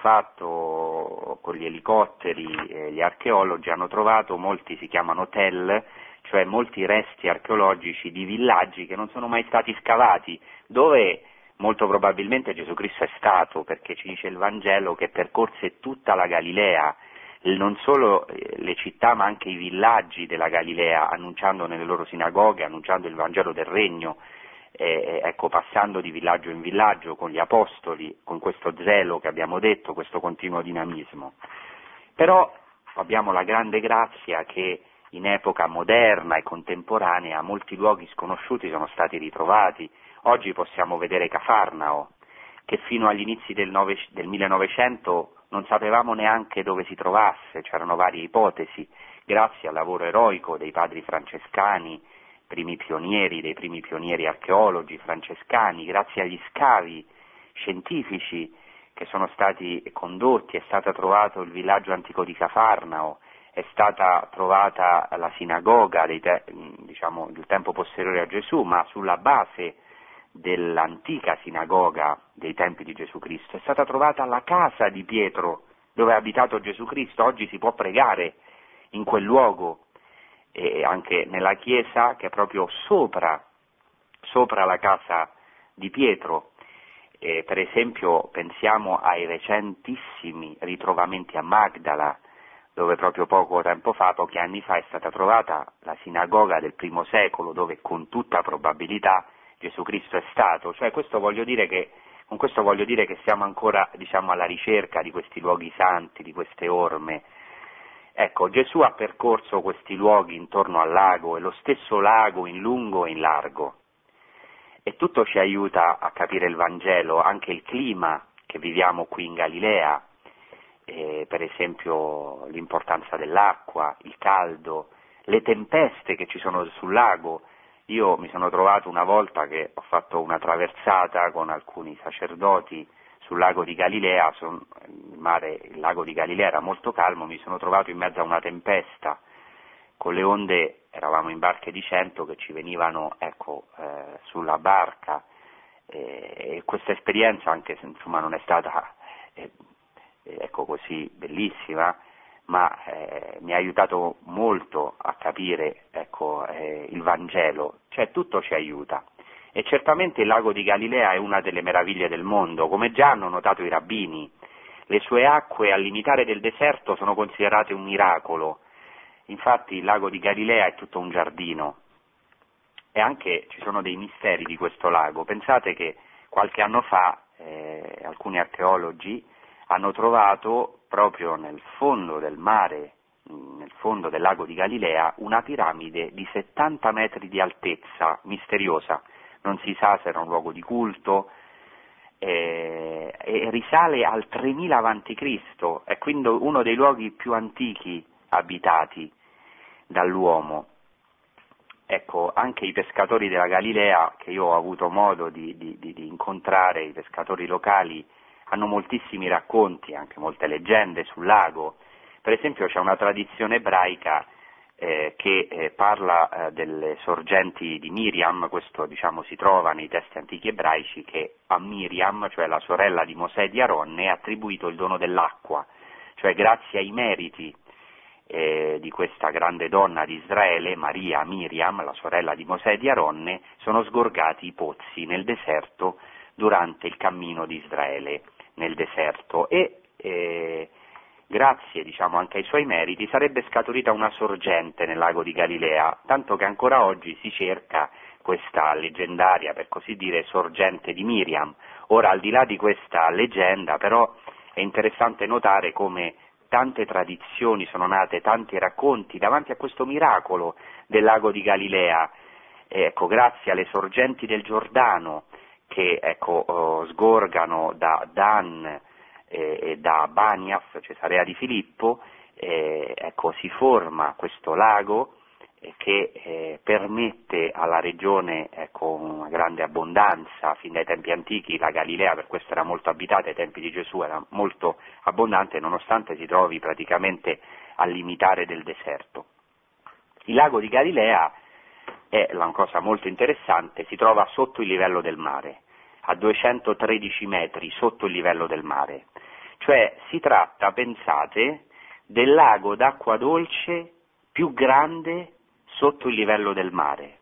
fatto con gli elicotteri eh, gli archeologi hanno trovato, molti si chiamano tel, cioè molti resti archeologici di villaggi che non sono mai stati scavati, dove molto probabilmente Gesù Cristo è stato, perché ci dice il Vangelo che percorse tutta la Galilea, non solo le città ma anche i villaggi della Galilea, annunciando nelle loro sinagoghe, annunciando il Vangelo del Regno, eh, ecco, passando di villaggio in villaggio con gli apostoli, con questo zelo che abbiamo detto, questo continuo dinamismo. Però abbiamo la grande grazia che in epoca moderna e contemporanea molti luoghi sconosciuti sono stati ritrovati. Oggi possiamo vedere Cafarnao, che fino agli inizi del, nove, del millenovecento non sapevamo neanche dove si trovasse, c'erano varie ipotesi, grazie al lavoro eroico dei padri francescani, primi pionieri, dei primi pionieri archeologi francescani, grazie agli scavi scientifici che sono stati condotti, è stato trovato il villaggio antico di Cafarnao, è stata trovata la sinagoga dei te, diciamo, del tempo posteriore a Gesù, ma sulla base dell'antica sinagoga dei tempi di Gesù Cristo, è stata trovata la casa di Pietro dove ha abitato Gesù Cristo, oggi si può pregare in quel luogo e anche nella chiesa che è proprio sopra, sopra la casa di Pietro. E per esempio pensiamo ai recentissimi ritrovamenti a Magdala, dove proprio poco tempo fa, pochi anni fa, è stata trovata la sinagoga del primo secolo, dove con tutta probabilità Gesù Cristo è stato. Cioè questo voglio dire che, con questo voglio dire che siamo ancora, diciamo, alla ricerca di questi luoghi santi, di queste orme. Ecco, Gesù ha percorso questi luoghi intorno al lago, e lo stesso lago in lungo e in largo. E tutto ci aiuta a capire il Vangelo, anche il clima che viviamo qui in Galilea, eh, per esempio l'importanza dell'acqua, il caldo, le tempeste che ci sono sul lago. Io mi sono trovato una volta che ho fatto una traversata con alcuni sacerdoti sul lago di Galilea, son, il, mare, il lago di Galilea era molto calmo, mi sono trovato in mezzo a una tempesta, con le onde, eravamo in barche di cento che ci venivano, ecco, eh, sulla barca, e, e questa esperienza, anche se insomma non è stata eh, ecco così bellissima, ma eh, mi ha aiutato molto a capire, ecco, eh, il Vangelo, cioè tutto ci aiuta. E certamente il lago di Galilea è una delle meraviglie del mondo, come già hanno notato i rabbini. Le sue acque al limitare del deserto sono considerate un miracolo. Infatti il lago di Galilea è tutto un giardino. E anche ci sono dei misteri di questo lago. Pensate che qualche anno fa eh, alcuni archeologi hanno trovato proprio nel fondo del mare, nel fondo del lago di Galilea, una piramide di settanta metri di altezza, misteriosa. Non si sa se era un luogo di culto, eh, e risale al tremila avanti Cristo, è quindi uno dei luoghi più antichi abitati dall'uomo. Ecco, anche i pescatori della Galilea, che io ho avuto modo di, di, di, di incontrare, i pescatori locali, hanno moltissimi racconti, anche molte leggende sul lago. Per esempio c'è una tradizione ebraica eh, che eh, parla eh, delle sorgenti di Miriam, questo diciamo si trova nei testi antichi ebraici, che a Miriam, cioè la sorella di Mosè e di Aronne, è attribuito il dono dell'acqua, cioè grazie ai meriti eh, di questa grande donna di Israele, Maria, Miriam, la sorella di Mosè e di Aronne, sono sgorgati i pozzi nel deserto durante il cammino di Israele nel deserto e eh, grazie diciamo anche ai suoi meriti sarebbe scaturita una sorgente nel lago di Galilea, tanto che ancora oggi si cerca questa leggendaria, per così dire, sorgente di Miriam. Ora, al di là di questa leggenda, però è interessante notare come tante tradizioni sono nate, tanti racconti davanti a questo miracolo del lago di Galilea, ecco, grazie alle sorgenti del Giordano che ecco, oh, sgorgano da Dan eh, e da Banias, Cesarea di Filippo, eh, ecco, si forma questo lago eh, che eh, permette alla regione, ecco, una grande abbondanza. Fin dai tempi antichi la Galilea per questo era molto abitata, ai tempi di Gesù era molto abbondante, nonostante si trovi praticamente al limitare del deserto. Il lago di Galilea è una cosa molto interessante, si trova sotto il livello del mare, a duecentotredici metri sotto il livello del mare, cioè si tratta, pensate, del lago d'acqua dolce più grande sotto il livello del mare.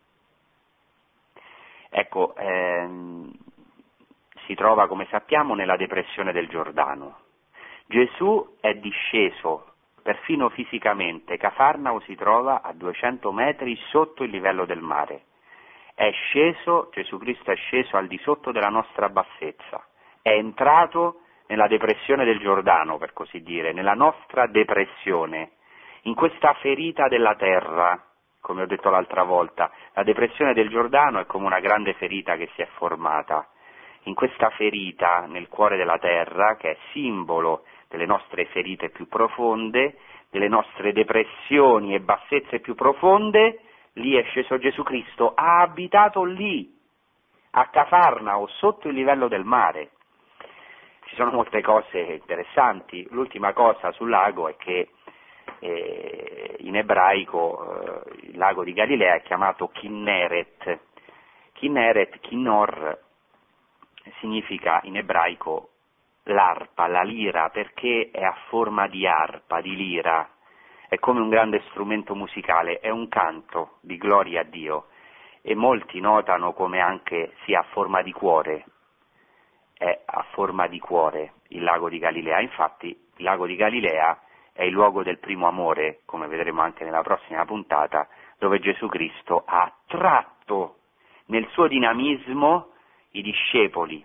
Ecco, ehm, si trova, come sappiamo, nella depressione del Giordano. Gesù è disceso perfino fisicamente, Cafarnao si trova a duecento metri sotto il livello del mare. È sceso, Gesù Cristo è sceso al di sotto della nostra bassezza, è entrato nella depressione del Giordano, per così dire, nella nostra depressione, in questa ferita della terra, come ho detto l'altra volta. La depressione del Giordano è come una grande ferita che si è formata. In questa ferita nel cuore della terra, che è simbolo delle nostre ferite più profonde, delle nostre depressioni e bassezze più profonde, lì è sceso Gesù Cristo, ha abitato lì, a Cafarnao, sotto il livello del mare. Ci sono molte cose interessanti. L'ultima cosa sul lago è che eh, in ebraico eh, il lago di Galilea è chiamato Kinneret. Kinneret, Kinnor, significa in ebraico l'arpa, la lira, perché è a forma di arpa, di lira, è come un grande strumento musicale, è un canto di gloria a Dio, e molti notano come anche sia a forma di cuore, è a forma di cuore il lago di Galilea. Infatti il lago di Galilea è il luogo del primo amore, come vedremo anche nella prossima puntata, dove Gesù Cristo ha attratto nel suo dinamismo i discepoli.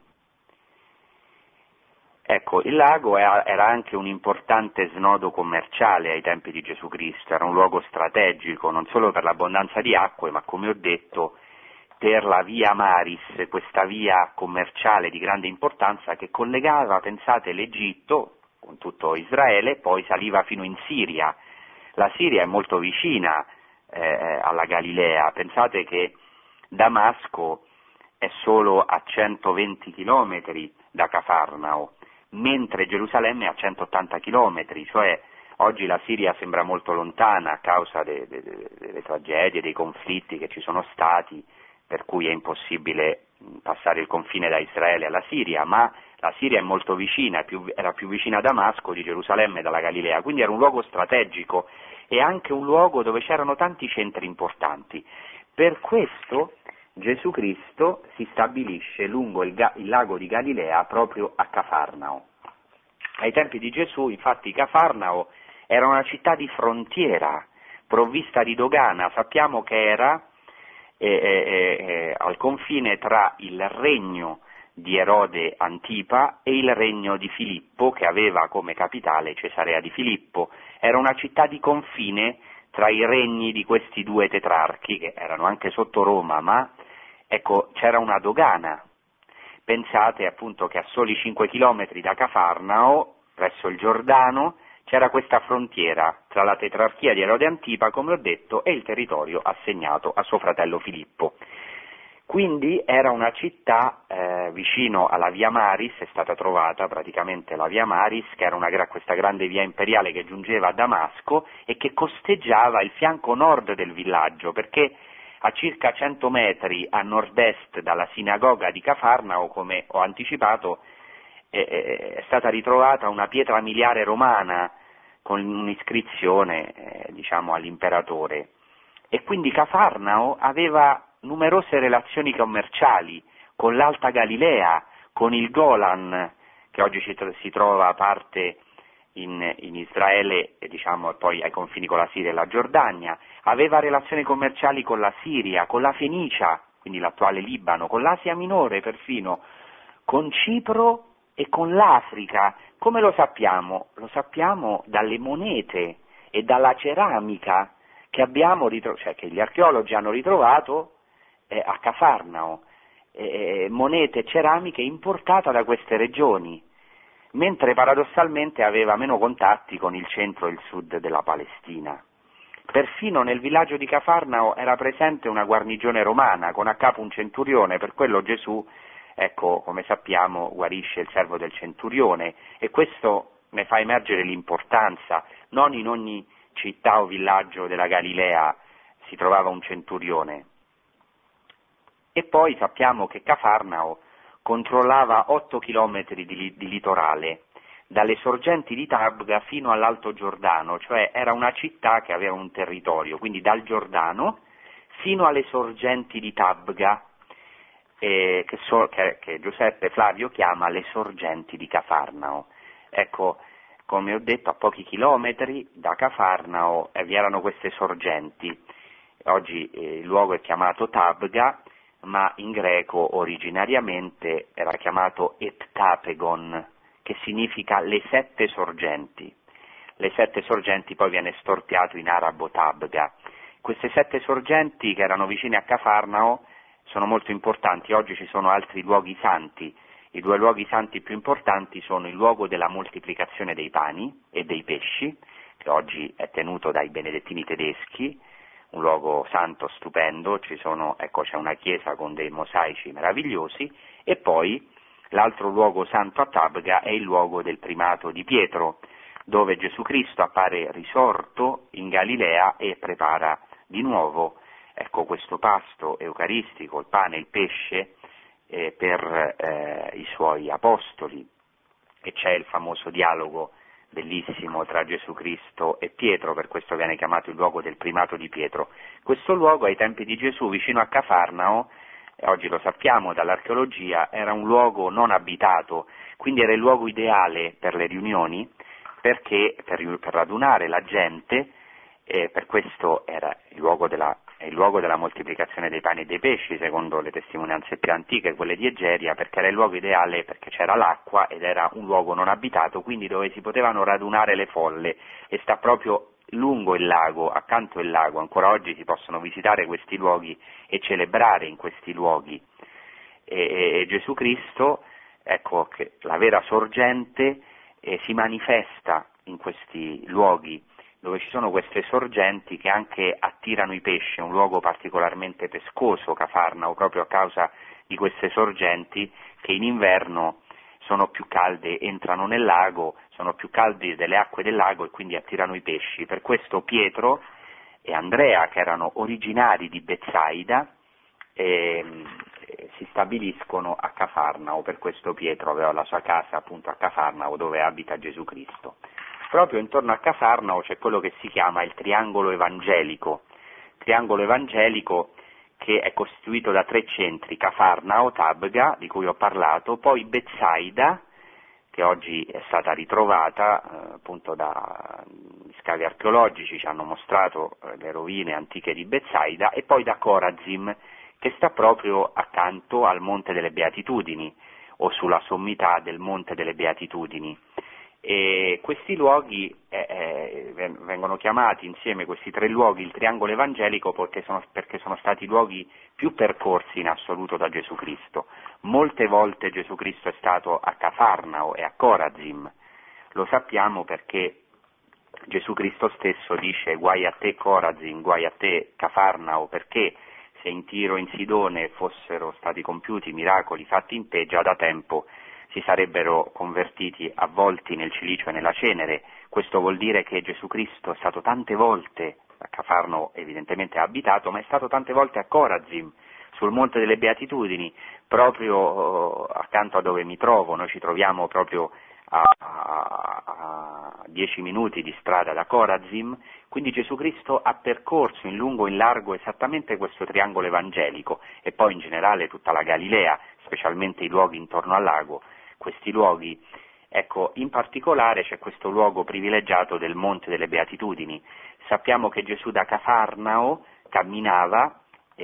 Ecco, il lago era anche un importante snodo commerciale ai tempi di Gesù Cristo, era un luogo strategico non solo per l'abbondanza di acque, ma come ho detto per la via Maris, questa via commerciale di grande importanza che collegava, pensate, l'Egitto con tutto Israele, poi saliva fino in Siria. La Siria è molto vicina eh, alla Galilea, pensate che Damasco è solo a centoventi chilometri da Cafarnao, mentre Gerusalemme è a centottanta chilometri, cioè oggi la Siria sembra molto lontana a causa de, de, de, delle tragedie, dei conflitti che ci sono stati, per cui è impossibile passare il confine da Israele alla Siria, ma la Siria è molto vicina, è più, era più vicina a Damasco di Gerusalemme dalla Galilea, quindi era un luogo strategico e anche un luogo dove c'erano tanti centri importanti. Per questo Gesù Cristo si stabilisce lungo il, ga- il lago di Galilea proprio a Cafarnao. Ai tempi di Gesù, infatti, Cafarnao era una città di frontiera, provvista di dogana. Sappiamo che era eh, eh, eh, al confine tra il regno di Erode Antipa e il regno di Filippo, che aveva come capitale Cesarea di Filippo. Era una città di confine tra i regni di questi due tetrarchi, che erano anche sotto Roma, ma ecco, c'era una dogana. Pensate appunto che a soli cinque chilometri da Cafarnao, presso il Giordano, c'era questa frontiera tra la tetrarchia di Erode Antipa, come ho detto, e il territorio assegnato a suo fratello Filippo. Quindi era una città eh, vicino alla Via Maris, è stata trovata praticamente la Via Maris, che era una, questa grande via imperiale che giungeva a Damasco e che costeggiava il fianco nord del villaggio, perché a circa cento metri a nord-est dalla sinagoga di Cafarnao, come ho anticipato, è, è stata ritrovata una pietra miliare romana con un'iscrizione eh, diciamo all'imperatore, e quindi Cafarnao aveva numerose relazioni commerciali con l'Alta Galilea, con il Golan, che oggi si, si trova a parte in, in Israele e diciamo poi ai confini con la Siria e la Giordania, aveva relazioni commerciali con la Siria, con la Fenicia, quindi l'attuale Libano, con l'Asia Minore perfino, con Cipro e con l'Africa. Come lo sappiamo? Lo sappiamo dalle monete e dalla ceramica che abbiamo ritro- cioè che gli archeologi hanno ritrovato eh, a Cafarnao, eh, monete e ceramiche importate da queste regioni, mentre paradossalmente aveva meno contatti con il centro e il sud della Palestina. Perfino nel villaggio di Cafarnao era presente una guarnigione romana con a capo un centurione, per quello Gesù, ecco, come sappiamo, guarisce il servo del centurione, e questo ne fa emergere l'importanza. Non in ogni città o villaggio della Galilea si trovava un centurione. E poi sappiamo che Cafarnao controllava otto chilometri di, di litorale, dalle sorgenti di Tabga fino all'Alto Giordano, cioè era una città che aveva un territorio, quindi dal Giordano fino alle sorgenti di Tabga, eh, che, so, che, che Giuseppe Flavio chiama le sorgenti di Cafarnao. Ecco, come ho detto, a pochi chilometri da Cafarnao eh, vi erano queste sorgenti. Oggi eh, il luogo è chiamato Tabga, ma in greco originariamente era chiamato Eptapegon, che significa le sette sorgenti. Le sette sorgenti poi viene storpiato in arabo Tabga. Queste sette sorgenti che erano vicine a Cafarnao sono molto importanti. Oggi ci sono altri luoghi santi. I due luoghi santi più importanti sono il luogo della moltiplicazione dei pani e dei pesci, che oggi è tenuto dai benedettini tedeschi, un luogo santo stupendo. Ci sono, ecco, c'è una chiesa con dei mosaici meravigliosi, e poi l'altro luogo santo a Tabga è il luogo del primato di Pietro, dove Gesù Cristo appare risorto in Galilea e prepara di nuovo, ecco, questo pasto eucaristico, il pane e il pesce, eh, per eh, i suoi apostoli. E c'è il famoso dialogo bellissimo tra Gesù Cristo e Pietro, per questo viene chiamato il luogo del primato di Pietro. Questo luogo ai tempi di Gesù, vicino a Cafarnao, e oggi lo sappiamo dall'archeologia, era un luogo non abitato, quindi era il luogo ideale per le riunioni, perché per, per radunare la gente, e per questo era il luogo della, il luogo della moltiplicazione dei pani e dei pesci, secondo le testimonianze più antiche, quelle di Egeria, perché era il luogo ideale, perché c'era l'acqua ed era un luogo non abitato, quindi dove si potevano radunare le folle, e sta proprio lungo il lago, accanto al lago. Ancora oggi si possono visitare questi luoghi e celebrare in questi luoghi. E, e, e Gesù Cristo, ecco, che la vera sorgente, eh, si manifesta in questi luoghi, dove ci sono queste sorgenti che anche attirano i pesci. È un luogo particolarmente pescoso, Cafarnao, proprio a causa di queste sorgenti che in inverno sono più calde, entrano nel lago, sono più calde delle acque del lago e quindi attirano i pesci. Per questo Pietro e Andrea, che erano originari di Betsaida, eh, si stabiliscono a Cafarnao. Per questo Pietro aveva la sua casa appunto a Cafarnao, dove abita Gesù Cristo. Proprio intorno a Cafarnao c'è quello che si chiama il triangolo evangelico, triangolo evangelico che è costituito da tre centri: Cafarnao, Tabga, di cui ho parlato, poi Betsaida, che oggi è stata ritrovata eh, appunto da scavi archeologici, ci hanno mostrato eh, le rovine antiche di Betsaida, e poi da Corazim, che sta proprio accanto al Monte delle Beatitudini, o sulla sommità del Monte delle Beatitudini. E questi luoghi eh, eh, vengono chiamati insieme, questi tre luoghi, il triangolo evangelico, perché sono, perché sono stati i luoghi più percorsi in assoluto da Gesù Cristo. Molte volte Gesù Cristo è stato a Cafarnao e a Corazim. Lo sappiamo perché Gesù Cristo stesso dice: guai a te Corazim, guai a te Cafarnao, perché se in Tiro e in Sidone fossero stati compiuti miracoli fatti in te, già da tempo si sarebbero convertiti avvolti nel cilicio e nella cenere. Questo vuol dire che Gesù Cristo è stato tante volte, a Cafarnao evidentemente ha abitato, ma è stato tante volte a Corazim, sul Monte delle Beatitudini, proprio uh, accanto a dove mi trovo. Noi ci troviamo proprio a, a, a dieci minuti di strada da Corazim, quindi Gesù Cristo ha percorso in lungo e in largo esattamente questo triangolo evangelico, e poi in generale tutta la Galilea, specialmente i luoghi intorno al lago. Questi luoghi, ecco, in particolare c'è questo luogo privilegiato del Monte delle Beatitudini. Sappiamo che Gesù da Cafarnao camminava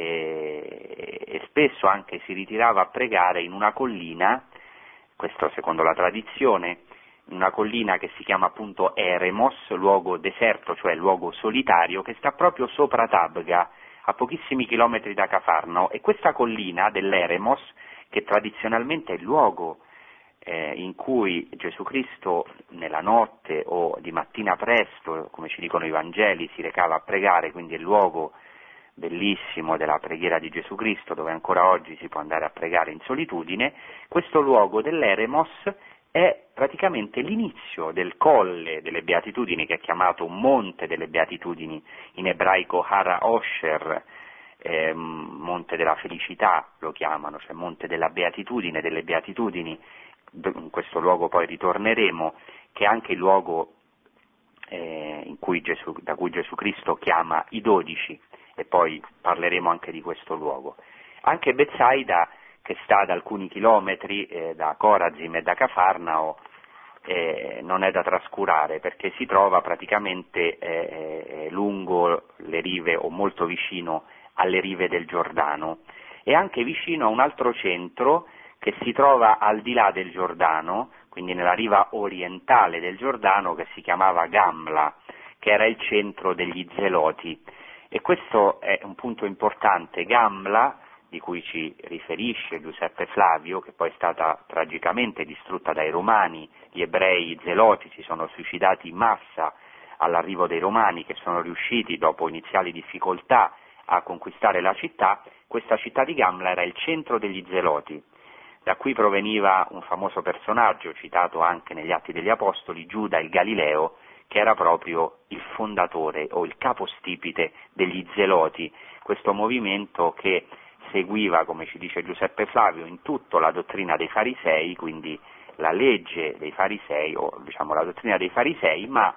e, e spesso anche si ritirava a pregare in una collina, questo secondo la tradizione, in una collina che si chiama appunto Eremos, luogo deserto, cioè luogo solitario, che sta proprio sopra Tabga, a pochissimi chilometri da Cafarnao. E questa collina dell'Eremos, che tradizionalmente è il luogo eh, in cui Gesù Cristo nella notte o di mattina presto, come ci dicono i Vangeli, si recava a pregare, quindi è il luogo bellissimo della preghiera di Gesù Cristo, dove ancora oggi si può andare a pregare in solitudine. Questo luogo dell'Eremos è praticamente l'inizio del Colle delle Beatitudini, che è chiamato Monte delle Beatitudini, in ebraico Hara Osher, eh, Monte della Felicità lo chiamano, cioè Monte della Beatitudine, delle Beatitudini. in questo luogo poi ritorneremo, che è anche il luogo eh, in cui Gesù, da cui Gesù Cristo chiama i dodici, e poi parleremo anche di questo luogo. Anche Betsaida, che sta ad alcuni chilometri eh, da Corazim e da Cafarnao, eh, non è da trascurare, perché si trova praticamente eh, lungo le rive o molto vicino alle rive del Giordano, e anche vicino a un altro centro che si trova al di là del Giordano, quindi nella riva orientale del Giordano, che si chiamava Gamla, che era il centro degli Zeloti. E questo è un punto importante. Gamla, di cui ci riferisce Giuseppe Flavio, che poi è stata tragicamente distrutta dai Romani, gli ebrei zeloti si sono suicidati in massa all'arrivo dei Romani, che sono riusciti dopo iniziali difficoltà a conquistare la città. Questa città di Gamla era il centro degli Zeloti. Da qui proveniva un famoso personaggio, citato anche negli Atti degli Apostoli, Giuda il Galileo, che era proprio il fondatore o il capostipite degli Zeloti, questo movimento che seguiva, come ci dice Giuseppe Flavio, in tutto la dottrina dei Farisei, quindi la legge dei Farisei, o diciamo la dottrina dei Farisei, ma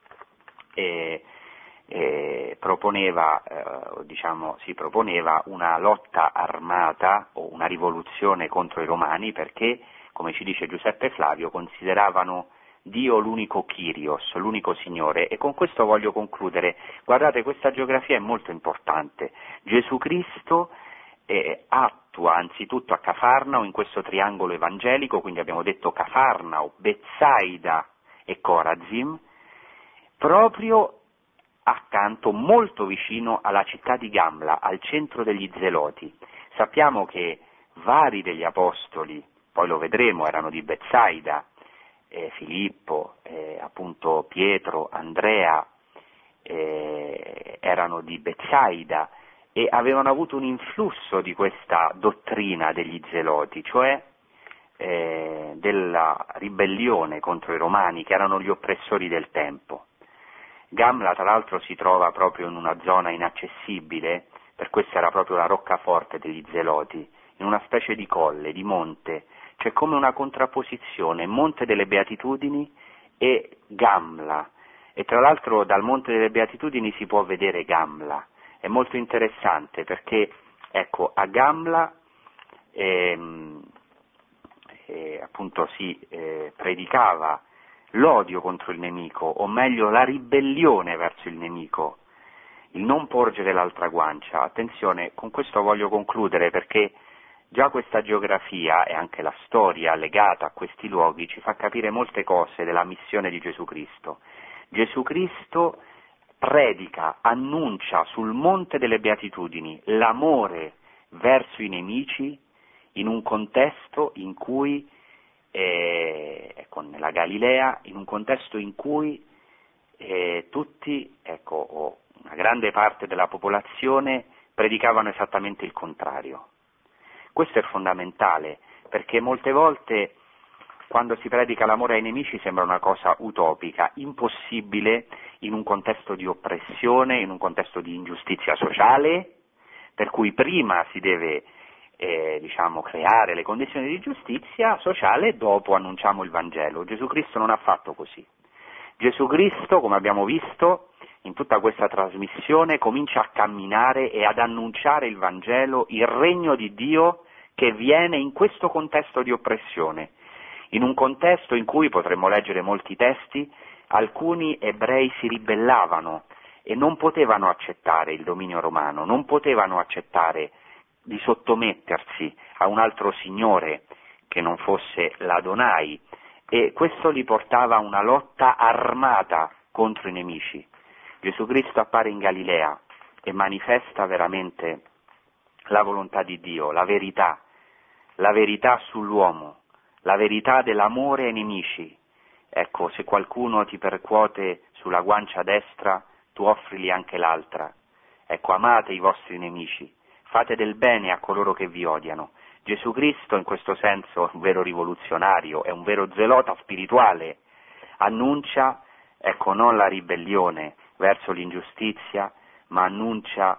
eh, eh, proponeva, eh, diciamo, si proponeva una lotta armata o una rivoluzione contro i Romani, perché, come ci dice Giuseppe Flavio, consideravano Dio l'unico Kyrios, l'unico Signore. E con questo voglio concludere. Guardate, questa geografia è molto importante. Gesù Cristo eh, attua anzitutto a Cafarnao, in questo triangolo evangelico, quindi abbiamo detto Cafarnao, Betsaida e Corazim, proprio accanto, molto vicino alla città di Gamla, al centro degli Zeloti. Sappiamo che vari degli apostoli, poi lo vedremo, erano di Betsaida, eh, Filippo, eh, appunto Pietro, Andrea, eh, erano di Betsaida e avevano avuto un influsso di questa dottrina degli Zeloti, cioè eh, della ribellione contro i Romani, che erano gli oppressori del tempo. Gamla, tra l'altro, si trova proprio in una zona inaccessibile, per questo era proprio la roccaforte degli Zeloti, in una specie di colle, di monte. C'è come una contrapposizione, Monte delle Beatitudini e Gamla, e tra l'altro dal Monte delle Beatitudini si può vedere Gamla. È molto interessante perché, ecco, a Gamla ehm, eh, appunto si eh, predicava l'odio contro il nemico, o meglio la ribellione verso il nemico, il non porgere l'altra guancia. Attenzione, con questo voglio concludere, perché già questa geografia e anche la storia legata a questi luoghi ci fa capire molte cose della missione di Gesù Cristo. Gesù Cristo predica, annuncia sul Monte delle Beatitudini l'amore verso i nemici in un contesto in cui, eh, ecco, nella Galilea, in un contesto in cui eh, tutti, ecco, o una grande parte della popolazione predicavano esattamente il contrario. Questo è fondamentale, perché molte volte quando si predica l'amore ai nemici sembra una cosa utopica, impossibile in un contesto di oppressione, in un contesto di ingiustizia sociale, per cui prima si deve eh, diciamo, creare le condizioni di giustizia sociale e dopo annunciamo il Vangelo. Gesù Cristo non ha fatto così. Gesù Cristo, come abbiamo visto, in tutta questa trasmissione comincia a camminare e ad annunciare il Vangelo, il regno di Dio che viene in questo contesto di oppressione, in un contesto in cui, potremmo leggere molti testi, alcuni ebrei si ribellavano e non potevano accettare il dominio romano, non potevano accettare di sottomettersi a un altro signore che non fosse l'Adonai, e questo li portava a una lotta armata contro i nemici. Gesù Cristo appare in Galilea e manifesta veramente la volontà di Dio, la verità, la verità sull'uomo, la verità dell'amore ai nemici. Ecco, se qualcuno ti percuote sulla guancia destra, tu offrili anche l'altra. Ecco, amate i vostri nemici, fate del bene a coloro che vi odiano. Gesù Cristo in questo senso è un vero rivoluzionario, è un vero zelota spirituale, annuncia, ecco, non la ribellione verso l'ingiustizia, ma annuncia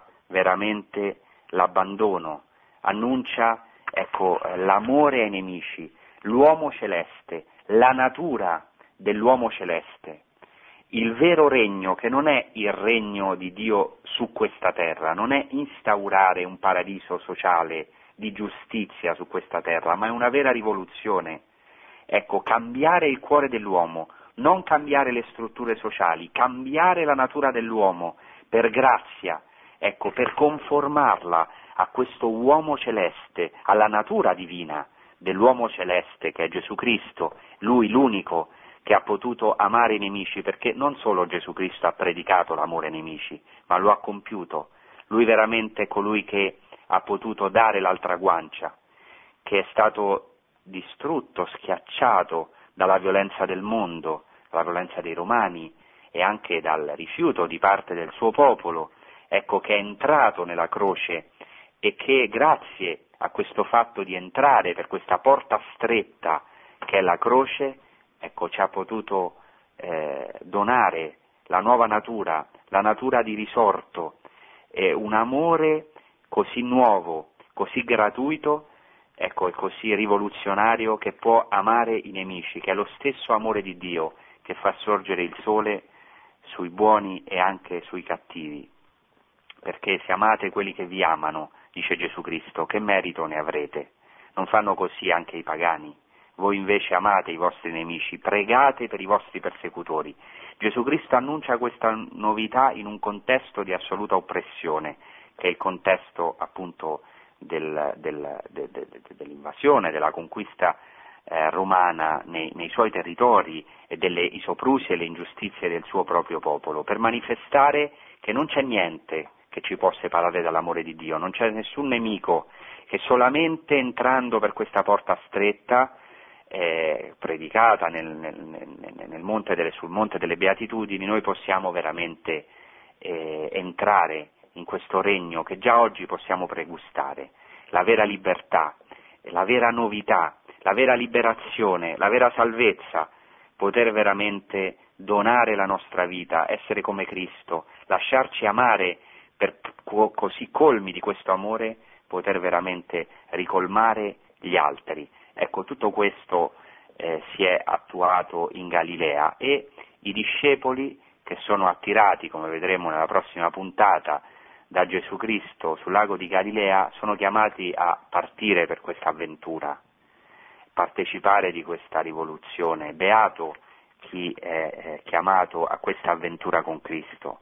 veramente l'abbandono, annuncia, ecco, l'amore ai nemici, l'uomo celeste, la natura dell'uomo celeste, il vero regno che non è il regno di Dio su questa terra, non è instaurare un paradiso sociale di giustizia su questa terra, ma è una vera rivoluzione. Ecco, cambiare il cuore dell'uomo, non cambiare le strutture sociali, cambiare la natura dell'uomo per grazia, ecco, per conformarla a questo uomo celeste, alla natura divina dell'uomo celeste che è Gesù Cristo, Lui l'unico che ha potuto amare i nemici, perché non solo Gesù Cristo ha predicato l'amore ai nemici, ma lo ha compiuto. Lui veramente è colui che ha potuto dare l'altra guancia, che è stato distrutto, schiacciato dalla violenza del mondo, dalla violenza dei Romani e anche dal rifiuto di parte del suo popolo, ecco, che è entrato nella croce e che grazie a questo fatto di entrare per questa porta stretta che è la croce, ecco, ci ha potuto eh, donare la nuova natura, la natura di risorto, eh, un amore così nuovo, così gratuito, ecco, e così rivoluzionario, che può amare i nemici, che è lo stesso amore di Dio che fa sorgere il sole sui buoni e anche sui cattivi. Perché se amate quelli che vi amano, dice Gesù Cristo, che merito ne avrete? Non fanno così anche i pagani? Voi invece amate i vostri nemici, pregate per i vostri persecutori. Gesù Cristo annuncia questa novità in un contesto di assoluta oppressione, che è il contesto appunto del, del, de, de, de, dell'invasione, della conquista eh, romana nei, nei suoi territori e delle i soprusi e le ingiustizie del suo proprio popolo, per manifestare che non c'è niente che ci può separare dall'amore di Dio, non c'è nessun nemico, che solamente entrando per questa porta stretta, Eh, predicata nel, nel, nel, nel monte delle, sul Monte delle Beatitudini, noi possiamo veramente eh, entrare in questo regno che già oggi possiamo pregustare, la vera libertà, la vera novità, la vera liberazione, la vera salvezza, poter veramente donare la nostra vita, essere come Cristo, lasciarci amare per co- così colmi di questo amore, poter veramente ricolmare gli altri. Ecco, tutto questo eh, si è attuato in Galilea e i discepoli che sono attirati, come vedremo nella prossima puntata, da Gesù Cristo sul lago di Galilea, sono chiamati a partire per questa avventura, partecipare di questa rivoluzione. Beato chi è chiamato a questa avventura con Cristo,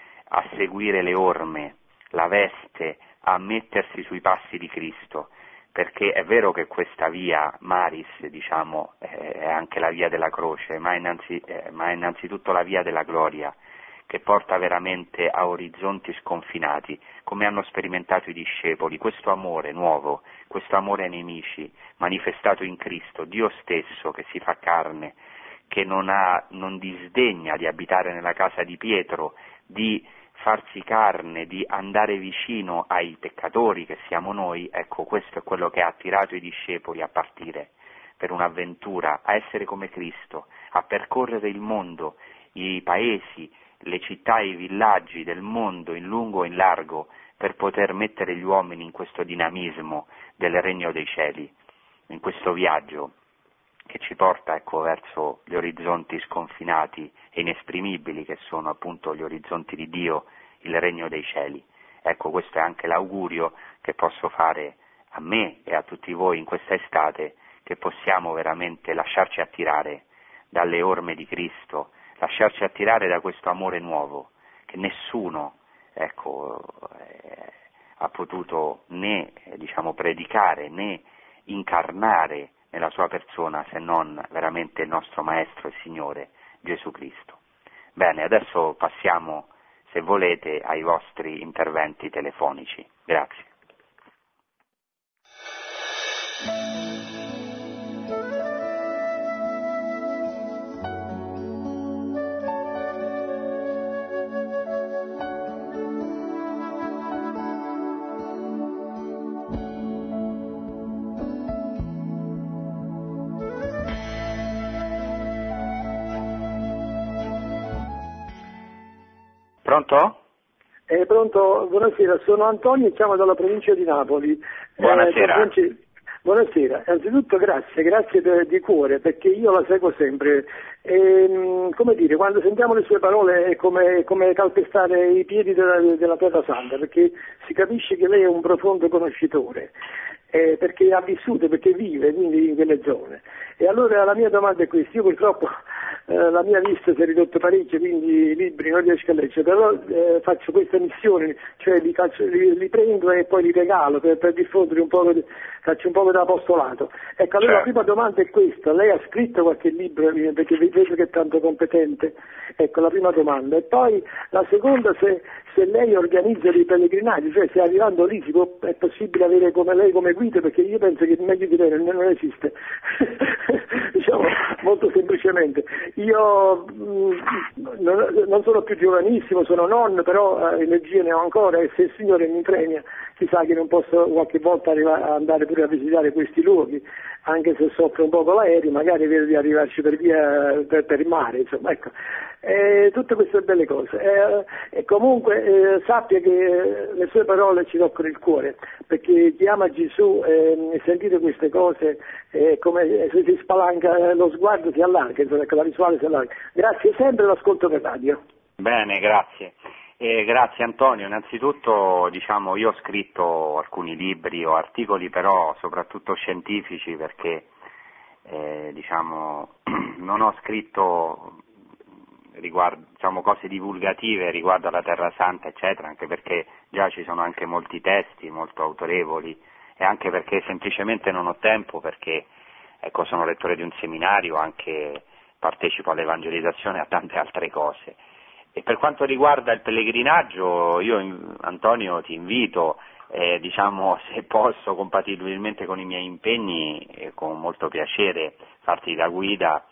a seguire le orme, la veste, a mettersi sui passi di Cristo. Perché è vero che questa via Maris, diciamo, è anche la via della croce, ma è, innanzi, eh, ma è innanzitutto la via della gloria, che porta veramente a orizzonti sconfinati, come hanno sperimentato i discepoli, questo amore nuovo, questo amore ai nemici, manifestato in Cristo, Dio stesso che si fa carne, che non, ha, non disdegna di abitare nella casa di Pietro, di farsi carne, di andare vicino ai peccatori che siamo noi. Ecco, questo è quello che ha attirato i discepoli a partire per un'avventura, a essere come Cristo, a percorrere il mondo, i paesi, le città e i villaggi del mondo in lungo e in largo, per poter mettere gli uomini in questo dinamismo del regno dei cieli, in questo viaggio che ci porta, ecco, verso gli orizzonti sconfinati e inesprimibili che sono appunto gli orizzonti di Dio, il regno dei cieli. Ecco, questo è anche l'augurio che posso fare a me e a tutti voi in questa estate, che possiamo veramente lasciarci attirare dalle orme di Cristo, lasciarci attirare da questo amore nuovo che nessuno, ecco, eh, ha potuto né eh, diciamo predicare né incarnare nella sua persona, se non veramente il nostro Maestro e Signore Gesù Cristo. Bene, adesso passiamo, se volete, ai vostri interventi telefonici. Grazie. Pronto? Eh, pronto, buonasera, sono Antonio e chiamo dalla provincia di Napoli. Buonasera. Eh, Buonasera, anzitutto grazie, grazie de, di cuore, perché io la seguo sempre. E, come dire, quando sentiamo le sue parole è come, come calpestare i piedi della, della Terra Santa, perché si capisce che lei è un profondo conoscitore, eh, perché ha vissuto, perché vive quindi in quelle zone. E allora la mia domanda è questa: io purtroppo eh, la mia lista si è ridotta parecchio, quindi i libri non riesco a leggere, però eh, faccio questa missione, cioè li, calcio, li, li prendo e poi li regalo per, per diffondere un po', di, faccio un po' di apostolato. Ecco, allora la prima domanda è questa: lei ha scritto qualche libro, perché vedo che è tanto competente? Ecco, la prima domanda. E poi la seconda, se, se lei organizza dei pellegrinaggi, cioè se arrivando lì si può, è possibile avere come lei come guida, perché io penso che meglio di lei non, non esiste. Diciamo molto semplicemente, io mh, non, non sono più giovanissimo, sono nonno, però eh, energie ne ho ancora, e se il Signore mi premia, chissà che non posso qualche volta arrivare, andare pure a visitare questi luoghi, anche se soffro un po' l'aereo, magari vedo di arrivarci per via, per, per il mare, insomma, ecco. E tutte queste belle cose. E, e comunque eh, sappia che le sue parole ci toccano il cuore, perché chi ama Gesù e eh, sentite queste cose, eh, come se si spalanca lo sguardo, si allarga, insomma, la visuale si allarga. Grazie sempre, l'ascolto per radio. Bene, grazie. Eh, grazie Antonio. Innanzitutto, diciamo, io ho scritto alcuni libri o articoli, però soprattutto scientifici, perché eh, diciamo non ho scritto riguardo, diciamo, cose divulgative riguardo alla Terra Santa, eccetera, anche perché già ci sono anche molti testi molto autorevoli, e anche perché semplicemente non ho tempo, perché ecco, sono lettore di un seminario, anche partecipo all'evangelizzazione e a tante altre cose. E per quanto riguarda il pellegrinaggio, io Antonio ti invito, eh, diciamo, se posso, compatibilmente con i miei impegni, eh, con molto piacere farti da guida.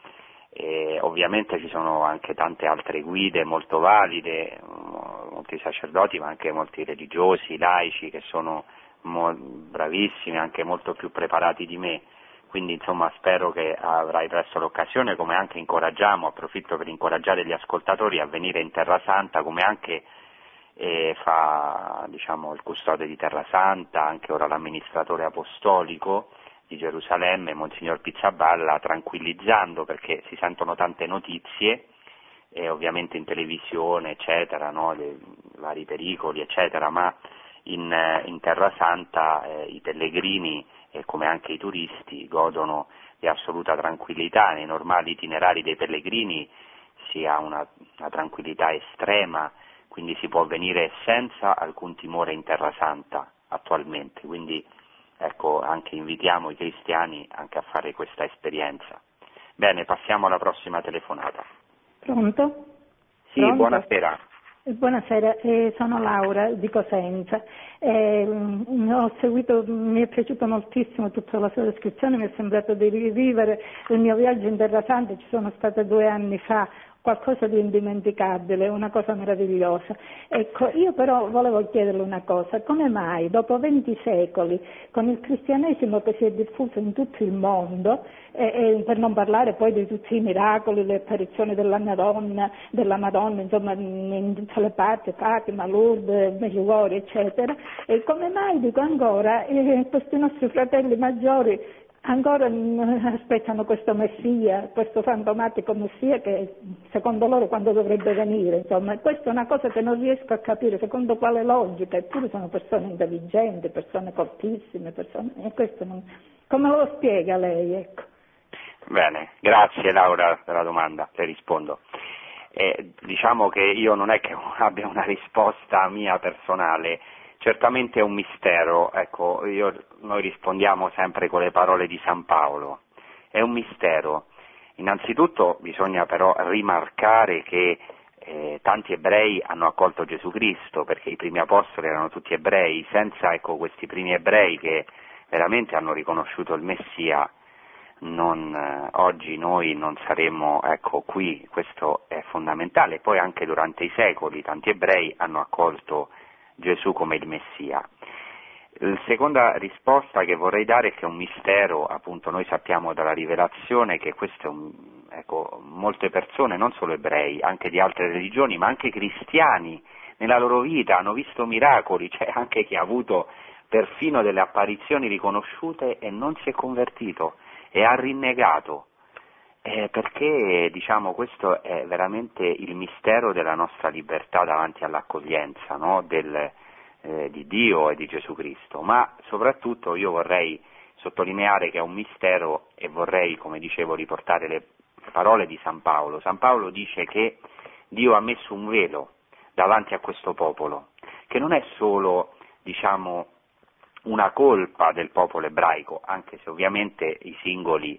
E ovviamente ci sono anche tante altre guide molto valide, molti sacerdoti ma anche molti religiosi, laici, che sono mo- bravissimi, anche molto più preparati di me, quindi insomma spero che avrai presto l'occasione, come anche incoraggiamo, approfitto per incoraggiare gli ascoltatori a venire in Terra Santa, come anche eh, fa, diciamo, il custode di Terra Santa, anche ora l'amministratore apostolico di Gerusalemme, Monsignor Pizzaballa, tranquillizzando, perché si sentono tante notizie, e ovviamente in televisione, eccetera, no? Le, vari pericoli, eccetera, ma in, in Terra Santa eh, i pellegrini, e come anche i turisti, godono di assoluta tranquillità. Nei normali itinerari dei pellegrini si ha una, una tranquillità estrema, quindi si può venire senza alcun timore in Terra Santa attualmente, quindi ecco, anche invitiamo i cristiani anche a fare questa esperienza. Bene, passiamo alla prossima telefonata. Pronto? Sì, Pronto? buonasera. Buonasera, eh, sono Laura di Cosenza. Eh, ho seguito, mi è piaciuto moltissimo tutta la sua descrizione, mi è sembrato di rivivere il mio viaggio in Terra Santa. Ci sono stata due anni fa, qualcosa di indimenticabile, una cosa meravigliosa. Ecco, io però volevo chiederle una cosa: come mai dopo venti secoli, con il cristianesimo che si è diffuso in tutto il mondo, e, e per non parlare poi di tutti i miracoli, le apparizioni della Madonna, della Madonna, insomma, in, in tutte le parti, Fatima, Lourdes, Medjugorje, eccetera, e come mai, dico ancora, eh, questi nostri fratelli maggiori ancora aspettano questo Messia, questo fantomatico Messia che secondo loro quando dovrebbe venire, insomma, questa è una cosa che non riesco a capire, secondo quale logica, eppure sono persone intelligenti, persone fortissime, persone, e questo non, come lo spiega lei, ecco? Bene, grazie Laura per la domanda, le rispondo. Eh, diciamo che io non è che abbia una risposta mia personale. Certamente è un mistero, ecco, io, noi rispondiamo sempre con le parole di San Paolo, è un mistero. Innanzitutto bisogna però rimarcare che eh, tanti ebrei hanno accolto Gesù Cristo, perché i primi apostoli erano tutti ebrei. Senza, ecco, questi primi ebrei che veramente hanno riconosciuto il Messia, non, eh, oggi noi non saremmo, ecco, qui, questo è fondamentale. Poi anche durante i secoli tanti ebrei hanno accolto Gesù come il Messia. La seconda risposta che vorrei dare è che è un mistero, appunto noi sappiamo dalla rivelazione che questo è un, ecco, molte persone, non solo ebrei, anche di altre religioni, ma anche cristiani, nella loro vita hanno visto miracoli, cioè anche chi ha avuto perfino delle apparizioni riconosciute, e non si è convertito e ha rinnegato. Eh, perché diciamo questo è veramente il mistero della nostra libertà davanti all'accoglienza, no? Del, eh, di Dio e di Gesù Cristo, ma soprattutto io vorrei sottolineare che è un mistero, e vorrei, come dicevo, riportare le parole di San Paolo. San Paolo dice che Dio ha messo un velo davanti a questo popolo, che non è solo, diciamo, una colpa del popolo ebraico, anche se ovviamente i singoli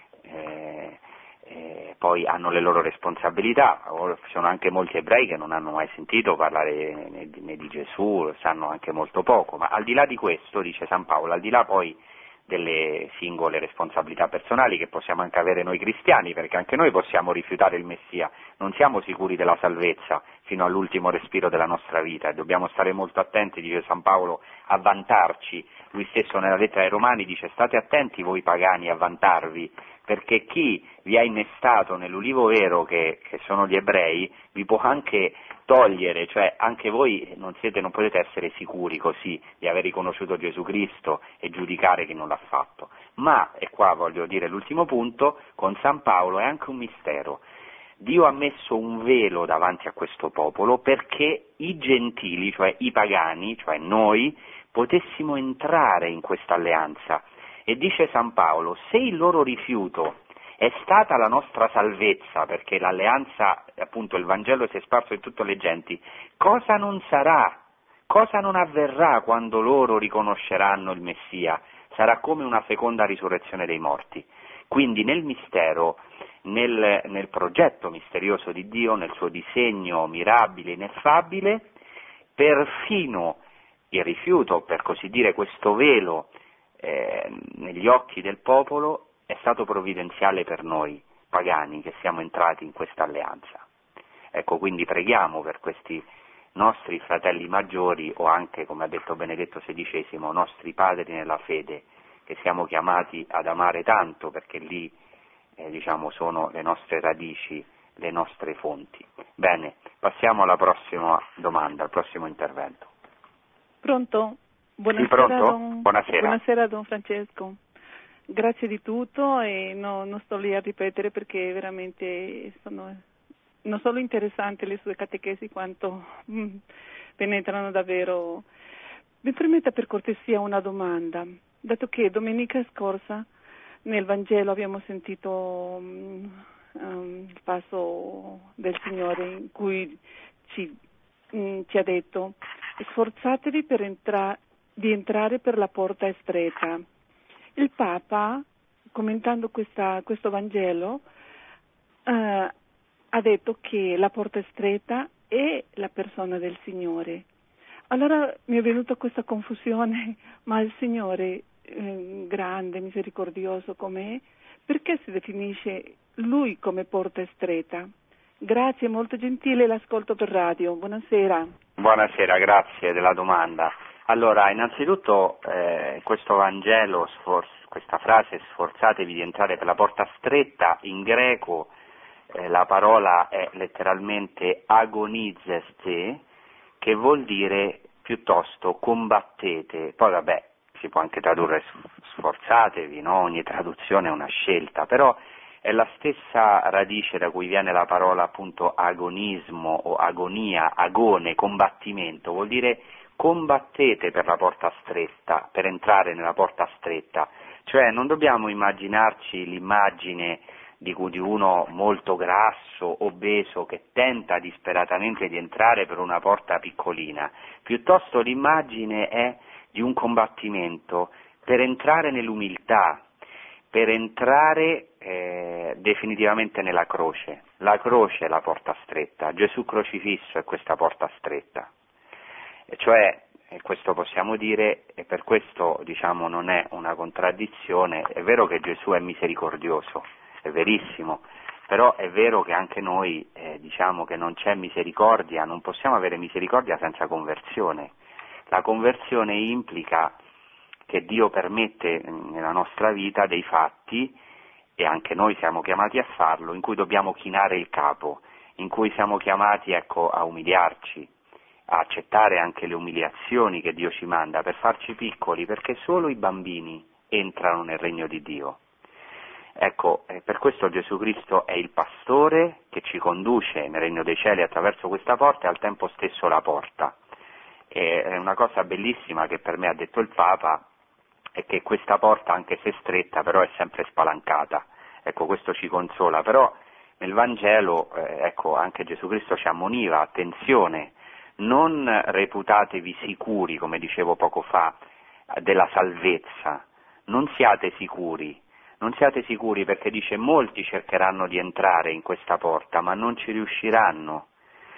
eh, eh, poi hanno le loro responsabilità. Ci sono anche molti ebrei che non hanno mai sentito parlare né, né di Gesù, sanno anche molto poco, ma al di là di questo, dice San Paolo, al di là poi delle singole responsabilità personali che possiamo anche avere noi cristiani, perché anche noi possiamo rifiutare il Messia, non siamo sicuri della salvezza fino all'ultimo respiro della nostra vita, e dobbiamo stare molto attenti, dice San Paolo, a vantarci. Lui stesso nella lettera ai Romani dice: state attenti voi pagani a vantarvi, perché chi vi ha innestato nell'ulivo vero, che, che sono gli ebrei, vi può anche togliere, cioè anche voi non siete, non potete essere sicuri così di aver riconosciuto Gesù Cristo e giudicare chi non l'ha fatto. Ma, e qua voglio dire l'ultimo punto, con San Paolo è anche un mistero. Dio ha messo un velo davanti a questo popolo perché i gentili, cioè i pagani, cioè noi, potessimo entrare in questa alleanza. E dice San Paolo: se il loro rifiuto è stata la nostra salvezza, perché l'alleanza, appunto il Vangelo si è sparso in tutte le genti, cosa non sarà, cosa non avverrà quando loro riconosceranno il Messia? Sarà come una seconda risurrezione dei morti. Quindi nel mistero, nel, nel progetto misterioso di Dio, nel suo disegno mirabile, ineffabile, perfino il rifiuto, per così dire, questo velo eh, negli occhi del popolo, è stato provvidenziale per noi pagani che siamo entrati in questa alleanza. Ecco, quindi preghiamo per questi nostri fratelli maggiori, o anche, come ha detto Benedetto sedicesimo, nostri padri nella fede, che siamo chiamati ad amare tanto, perché lì eh, diciamo sono le nostre radici, le nostre fonti. Bene, passiamo alla prossima domanda, al prossimo intervento. Pronto? Buonasera, sì, pronto? Don... Buonasera. Buonasera Don Francesco. Grazie di tutto, e no, non sto lì a ripetere perché veramente sono non solo interessanti le sue catechesi quanto mm, penetrano davvero. Mi permetta per cortesia una domanda, dato che domenica scorsa nel Vangelo abbiamo sentito um, um, il passo del Signore in cui ci, um, ci ha detto: sforzatevi per entra- di entrare per la porta stretta. Il Papa, commentando questa, questo Vangelo, eh, ha detto che la porta stretta è la persona del Signore. Allora mi è venuta questa confusione: ma il Signore, eh, grande, misericordioso com'è, perché si definisce Lui come porta stretta? Grazie, molto gentile l'ascolto per radio. Buonasera. Buonasera, grazie della domanda. Allora, innanzitutto eh, questo Vangelo, sfor- questa frase sforzatevi di entrare per la porta stretta, in greco eh, la parola è letteralmente agonizeste, che vuol dire piuttosto combattete. Poi vabbè, si può anche tradurre sforzatevi, no? Ogni traduzione è una scelta, però è la stessa radice da cui viene la parola appunto agonismo o agonia, agone, combattimento, vuol dire combattete per la porta stretta, per entrare nella porta stretta, cioè non dobbiamo immaginarci l'immagine di di uno molto grasso, obeso, che tenta disperatamente di entrare per una porta piccolina, piuttosto l'immagine è di un combattimento per entrare nell'umiltà, per entrare eh, definitivamente nella croce. La croce è la porta stretta, Gesù crocifisso è questa porta stretta. E cioè, e questo possiamo dire, e per questo diciamo non è una contraddizione, è vero che Gesù è misericordioso, è verissimo, però è vero che anche noi eh, diciamo che non c'è misericordia, non possiamo avere misericordia senza conversione. La conversione implica che Dio permette nella nostra vita dei fatti, e anche noi siamo chiamati a farlo, in cui dobbiamo chinare il capo, in cui siamo chiamati ecco, a umiliarci, a accettare anche le umiliazioni che Dio ci manda per farci piccoli, perché solo i bambini entrano nel regno di Dio. Ecco, eh, per questo Gesù Cristo è il pastore che ci conduce nel regno dei cieli attraverso questa porta e al tempo stesso la porta. E è una cosa bellissima che per me ha detto il Papa, è che questa porta, anche se stretta, però è sempre spalancata. Ecco, questo ci consola, però nel Vangelo, eh, ecco, anche Gesù Cristo ci ammoniva, attenzione, non reputatevi sicuri, come dicevo poco fa, della salvezza, non siate sicuri, non siate sicuri perché dice molti cercheranno di entrare in questa porta, ma non ci riusciranno.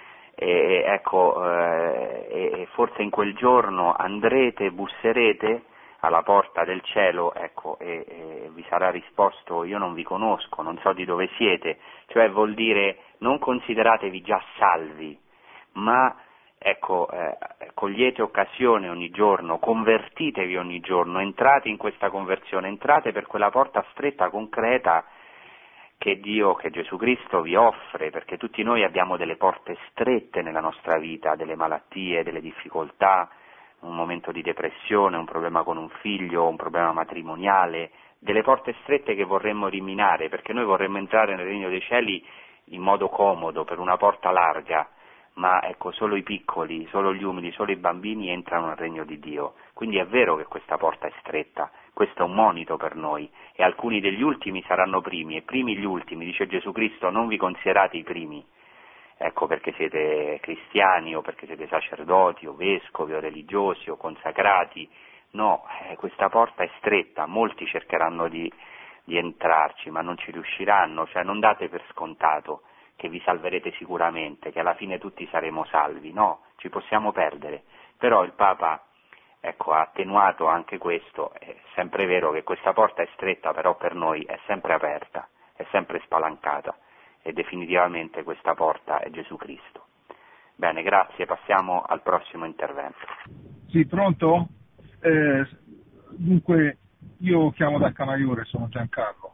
E, ecco, eh, e forse in quel giorno andrete, busserete alla porta del cielo, ecco, e, e vi sarà risposto: io non vi conosco, non so di dove siete, cioè vuol dire non consideratevi già salvi, ma ecco, eh, cogliete occasione ogni giorno, convertitevi ogni giorno, entrate in questa conversione, entrate per quella porta stretta, concreta, che Dio, che Gesù Cristo vi offre, perché tutti noi abbiamo delle porte strette nella nostra vita, delle malattie, delle difficoltà, un momento di depressione, un problema con un figlio, un problema matrimoniale, delle porte strette che vorremmo riminare, perché noi vorremmo entrare nel regno dei cieli in modo comodo, per una porta larga, ma ecco, solo i piccoli, solo gli umili, solo i bambini entrano nel regno di Dio. Quindi è vero che questa porta è stretta, questo è un monito per noi, e alcuni degli ultimi saranno primi, e primi gli ultimi, dice Gesù Cristo, non vi considerate i primi, ecco, perché siete cristiani o perché siete sacerdoti o vescovi o religiosi o consacrati, no, eh, questa porta è stretta, molti cercheranno di, di entrarci, ma non ci riusciranno, cioè non date per scontato che vi salverete sicuramente, che alla fine tutti saremo salvi, no, ci possiamo perdere, però il Papa, ecco, ha attenuato anche questo, è sempre vero che questa porta è stretta, però per noi è sempre aperta, è sempre spalancata, e definitivamente questa porta è Gesù Cristo. Bene, grazie, passiamo al prossimo intervento. Sì, pronto? Eh, dunque, io chiamo da Camaiore, sono Giancarlo.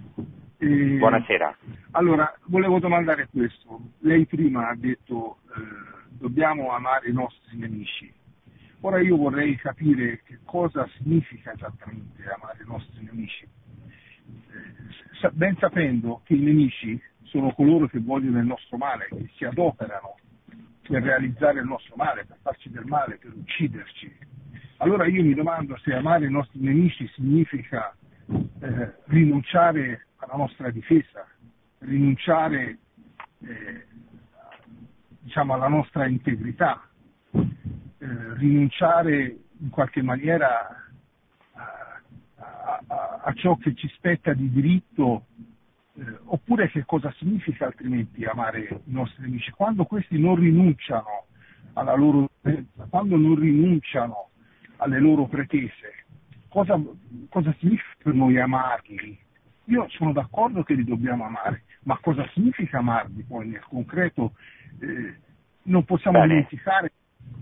E, Buonasera. Allora, volevo domandare questo. Lei prima ha detto eh, dobbiamo amare i nostri nemici. Ora io vorrei capire che cosa significa esattamente amare i nostri nemici, eh, ben sapendo che i nemici sono coloro che vogliono il nostro male, che si adoperano per realizzare il nostro male, per farci del male, per ucciderci. Allora io mi domando se amare i nostri nemici significa eh, rinunciare alla nostra difesa, rinunciare eh, diciamo alla nostra integrità, eh, rinunciare in qualche maniera a, a, a, a ciò che ci spetta di diritto, eh, oppure che cosa significa altrimenti amare i nostri nemici? Quando questi non rinunciano alla loro quando non rinunciano alle loro pretese, cosa, cosa significa per noi amarli? Io sono d'accordo che li dobbiamo amare, ma cosa significa amarli poi nel concreto? Eh, non possiamo Bene. dimenticare.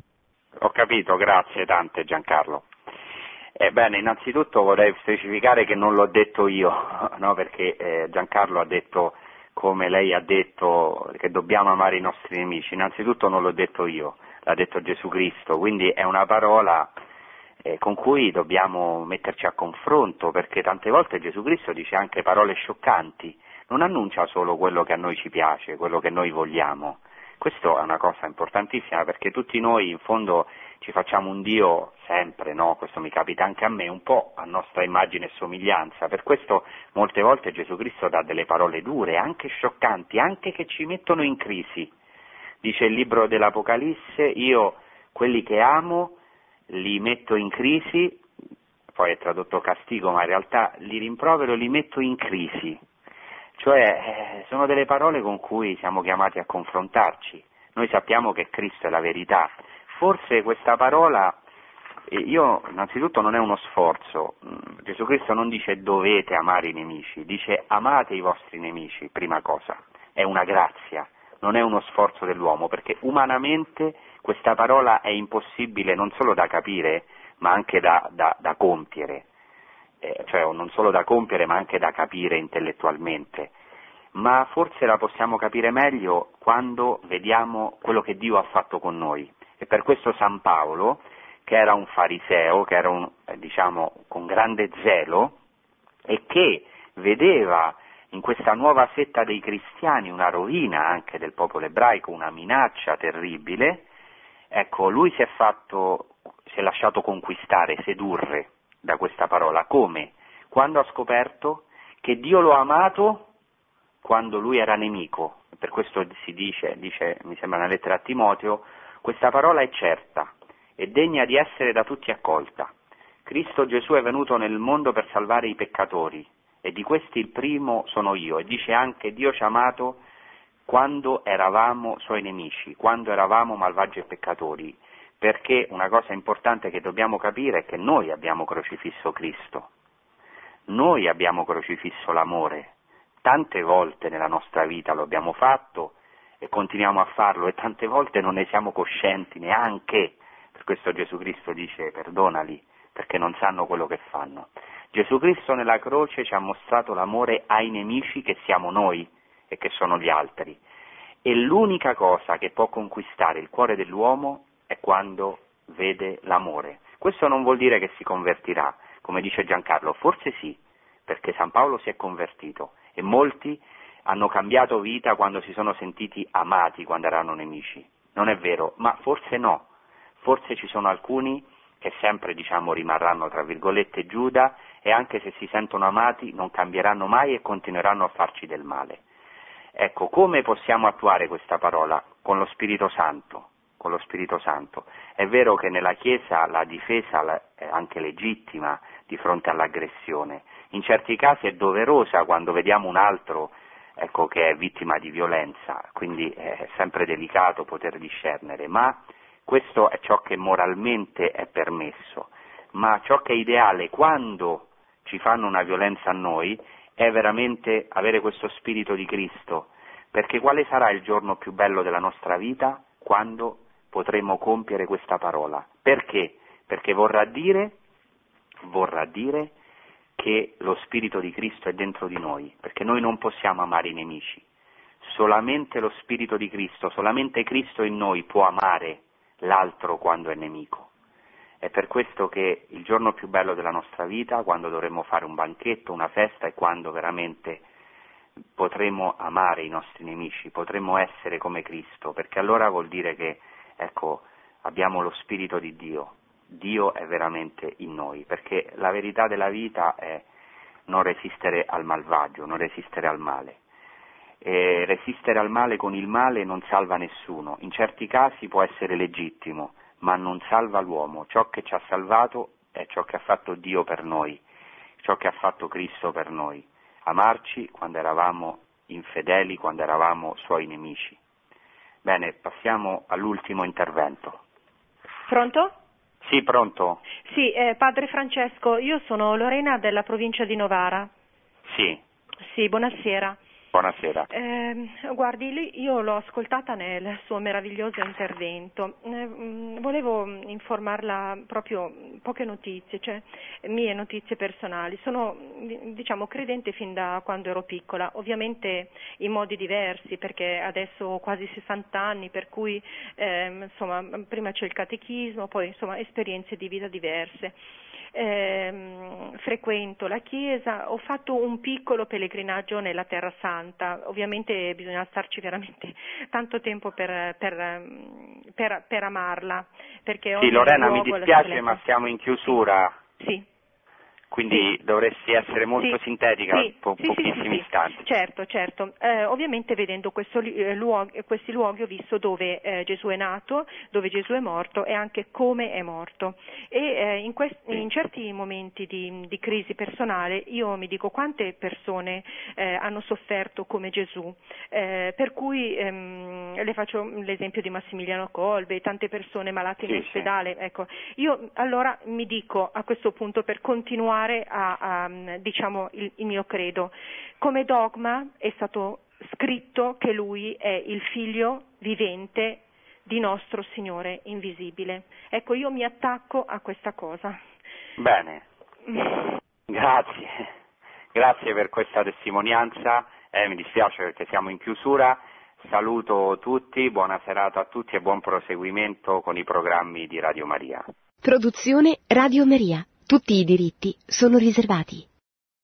Ho capito, grazie tante Giancarlo. Ebbene, innanzitutto vorrei specificare che non l'ho detto io, no? Perché eh, Giancarlo ha detto, come lei ha detto, che dobbiamo amare i nostri nemici. Innanzitutto non l'ho detto io, l'ha detto Gesù Cristo, quindi è una parola eh, con cui dobbiamo metterci a confronto, perché tante volte Gesù Cristo dice anche parole scioccanti, non annuncia solo quello che a noi ci piace, quello che noi vogliamo. Questo è una cosa importantissima, perché tutti noi in fondo ci facciamo un Dio sempre, no? Questo mi capita anche a me, un po' a nostra immagine e somiglianza, per questo molte volte Gesù Cristo dà delle parole dure, anche scioccanti, anche che ci mettono in crisi. Dice il libro dell'Apocalisse, io quelli che amo li metto in crisi, poi è tradotto castigo, ma in realtà li rimprovero e li metto in crisi. Cioè, eh, sono delle parole con cui siamo chiamati a confrontarci. Noi sappiamo che Cristo è la verità. Forse questa parola, eh, io innanzitutto non è uno sforzo. Gesù Cristo non dice dovete amare i nemici, dice amate i vostri nemici, prima cosa. È una grazia, non è uno sforzo dell'uomo, perché umanamente questa parola è impossibile non solo da capire, ma anche da, da, da compiere. Eh, cioè non solo da compiere ma anche da capire intellettualmente, ma forse la possiamo capire meglio quando vediamo quello che Dio ha fatto con noi, E per questo San Paolo, che era un fariseo, che era un, eh, diciamo, con grande zelo, e che vedeva in questa nuova setta dei cristiani una rovina anche del popolo ebraico, una minaccia terribile, ecco, lui si è fatto, si è lasciato conquistare, sedurre da questa parola. Come? Quando ha scoperto che Dio lo ha amato quando lui era nemico. Per questo si dice, dice, mi sembra una lettera a Timoteo, questa parola è certa e degna di essere da tutti accolta. Cristo Gesù è venuto nel mondo per salvare i peccatori, e di questi il primo sono io. E dice anche: Dio ci ha amato quando eravamo suoi nemici, quando eravamo malvagi e peccatori, perché una cosa importante che dobbiamo capire è che noi abbiamo crocifisso Cristo, noi abbiamo crocifisso l'amore. Tante volte nella nostra vita lo abbiamo fatto e continuiamo a farlo, e tante volte non ne siamo coscienti neanche. Per questo Gesù Cristo dice: perdonali, perché non sanno quello che fanno. Gesù Cristo nella croce ci ha mostrato l'amore ai nemici, che siamo noi e che sono gli altri. E l'unica cosa che può conquistare il cuore dell'uomo è quando vede l'amore. Questo non vuol dire che si convertirà, come dice Giancarlo, forse sì, perché San Paolo si è convertito e molti hanno cambiato vita quando si sono sentiti amati quando erano nemici. Non è vero, ma forse no, forse ci sono alcuni che sempre, diciamo, rimarranno tra virgolette Giuda, e anche se si sentono amati non cambieranno mai e continueranno a farci del male. Ecco, come possiamo attuare questa parola? Con lo Spirito Santo, con lo Spirito Santo. È vero che nella Chiesa la difesa è anche legittima di fronte all'aggressione. In certi casi è doverosa quando vediamo un altro, ecco, che è vittima di violenza, quindi è sempre delicato poter discernere, ma questo è ciò che moralmente è permesso. Ma ciò che è ideale quando ci fanno una violenza a noi è veramente avere questo spirito di Cristo, perché quale sarà il giorno più bello della nostra vita? Quando potremo compiere questa parola. Perché? Perché vorrà dire, vorrà dire che lo spirito di Cristo è dentro di noi, perché noi non possiamo amare i nemici. Solamente lo spirito di Cristo, solamente Cristo in noi può amare l'altro quando è nemico. È per questo che il giorno più bello della nostra vita, quando dovremo fare un banchetto, una festa, è quando veramente potremo amare i nostri nemici, potremo essere come Cristo, perché allora vuol dire che, ecco, abbiamo lo spirito di Dio. Dio è veramente in noi, perché la verità della vita è non resistere al malvagio, non resistere al male. E resistere al male con il male non salva nessuno, in certi casi può essere legittimo, ma non salva l'uomo. Ciò che ci ha salvato è ciò che ha fatto Dio per noi, ciò che ha fatto Cristo per noi, amarci quando eravamo infedeli, quando eravamo suoi nemici. Bene, passiamo all'ultimo intervento. Pronto? Sì, pronto? Sì, eh, padre Francesco, io sono Lorena della provincia di Novara. Sì. Sì, buonasera. Buonasera. Eh, guardi, io l'ho ascoltata nel suo meraviglioso intervento. Eh, volevo informarla proprio poche notizie, cioè mie notizie personali. Sono, diciamo, credente fin da quando ero piccola, ovviamente in modi diversi, perché adesso ho quasi sessanta anni, per cui eh, insomma, prima c'è il catechismo, poi insomma esperienze di vita diverse. Eh, frequento la chiesa, ho fatto un piccolo pellegrinaggio nella Terra Santa, ovviamente bisogna starci veramente tanto tempo per, per, per, per amarla, perché sì, Lorena, mi dispiace ma siamo in chiusura. Sì, sì. Quindi sì. Dovresti essere molto sì. sintetica, sì. po- sì, pochissimi sì, sì, istanti. Certo, certo. Eh, ovviamente vedendo questo, eh, luoghi, questi luoghi ho visto dove eh, Gesù è nato, dove Gesù è morto e anche come è morto. E eh, in, quest- sì. in certi momenti di, di crisi personale io mi dico quante persone eh, hanno sofferto come Gesù, eh, per cui ehm, le faccio l'esempio di Massimiliano Kolbe, tante persone malate in sì, ospedale. Sì. Ecco, io allora mi dico a questo punto, per continuare a, a diciamo il, il mio credo, come dogma è stato scritto che lui è il figlio vivente di nostro Signore invisibile. Ecco, io mi attacco a questa cosa. Bene, grazie, grazie per questa testimonianza, eh, mi dispiace perché siamo in chiusura, saluto tutti, buona serata a tutti e buon proseguimento con i programmi di Radio Maria. Produzione Radio Maria. Tutti i diritti sono riservati.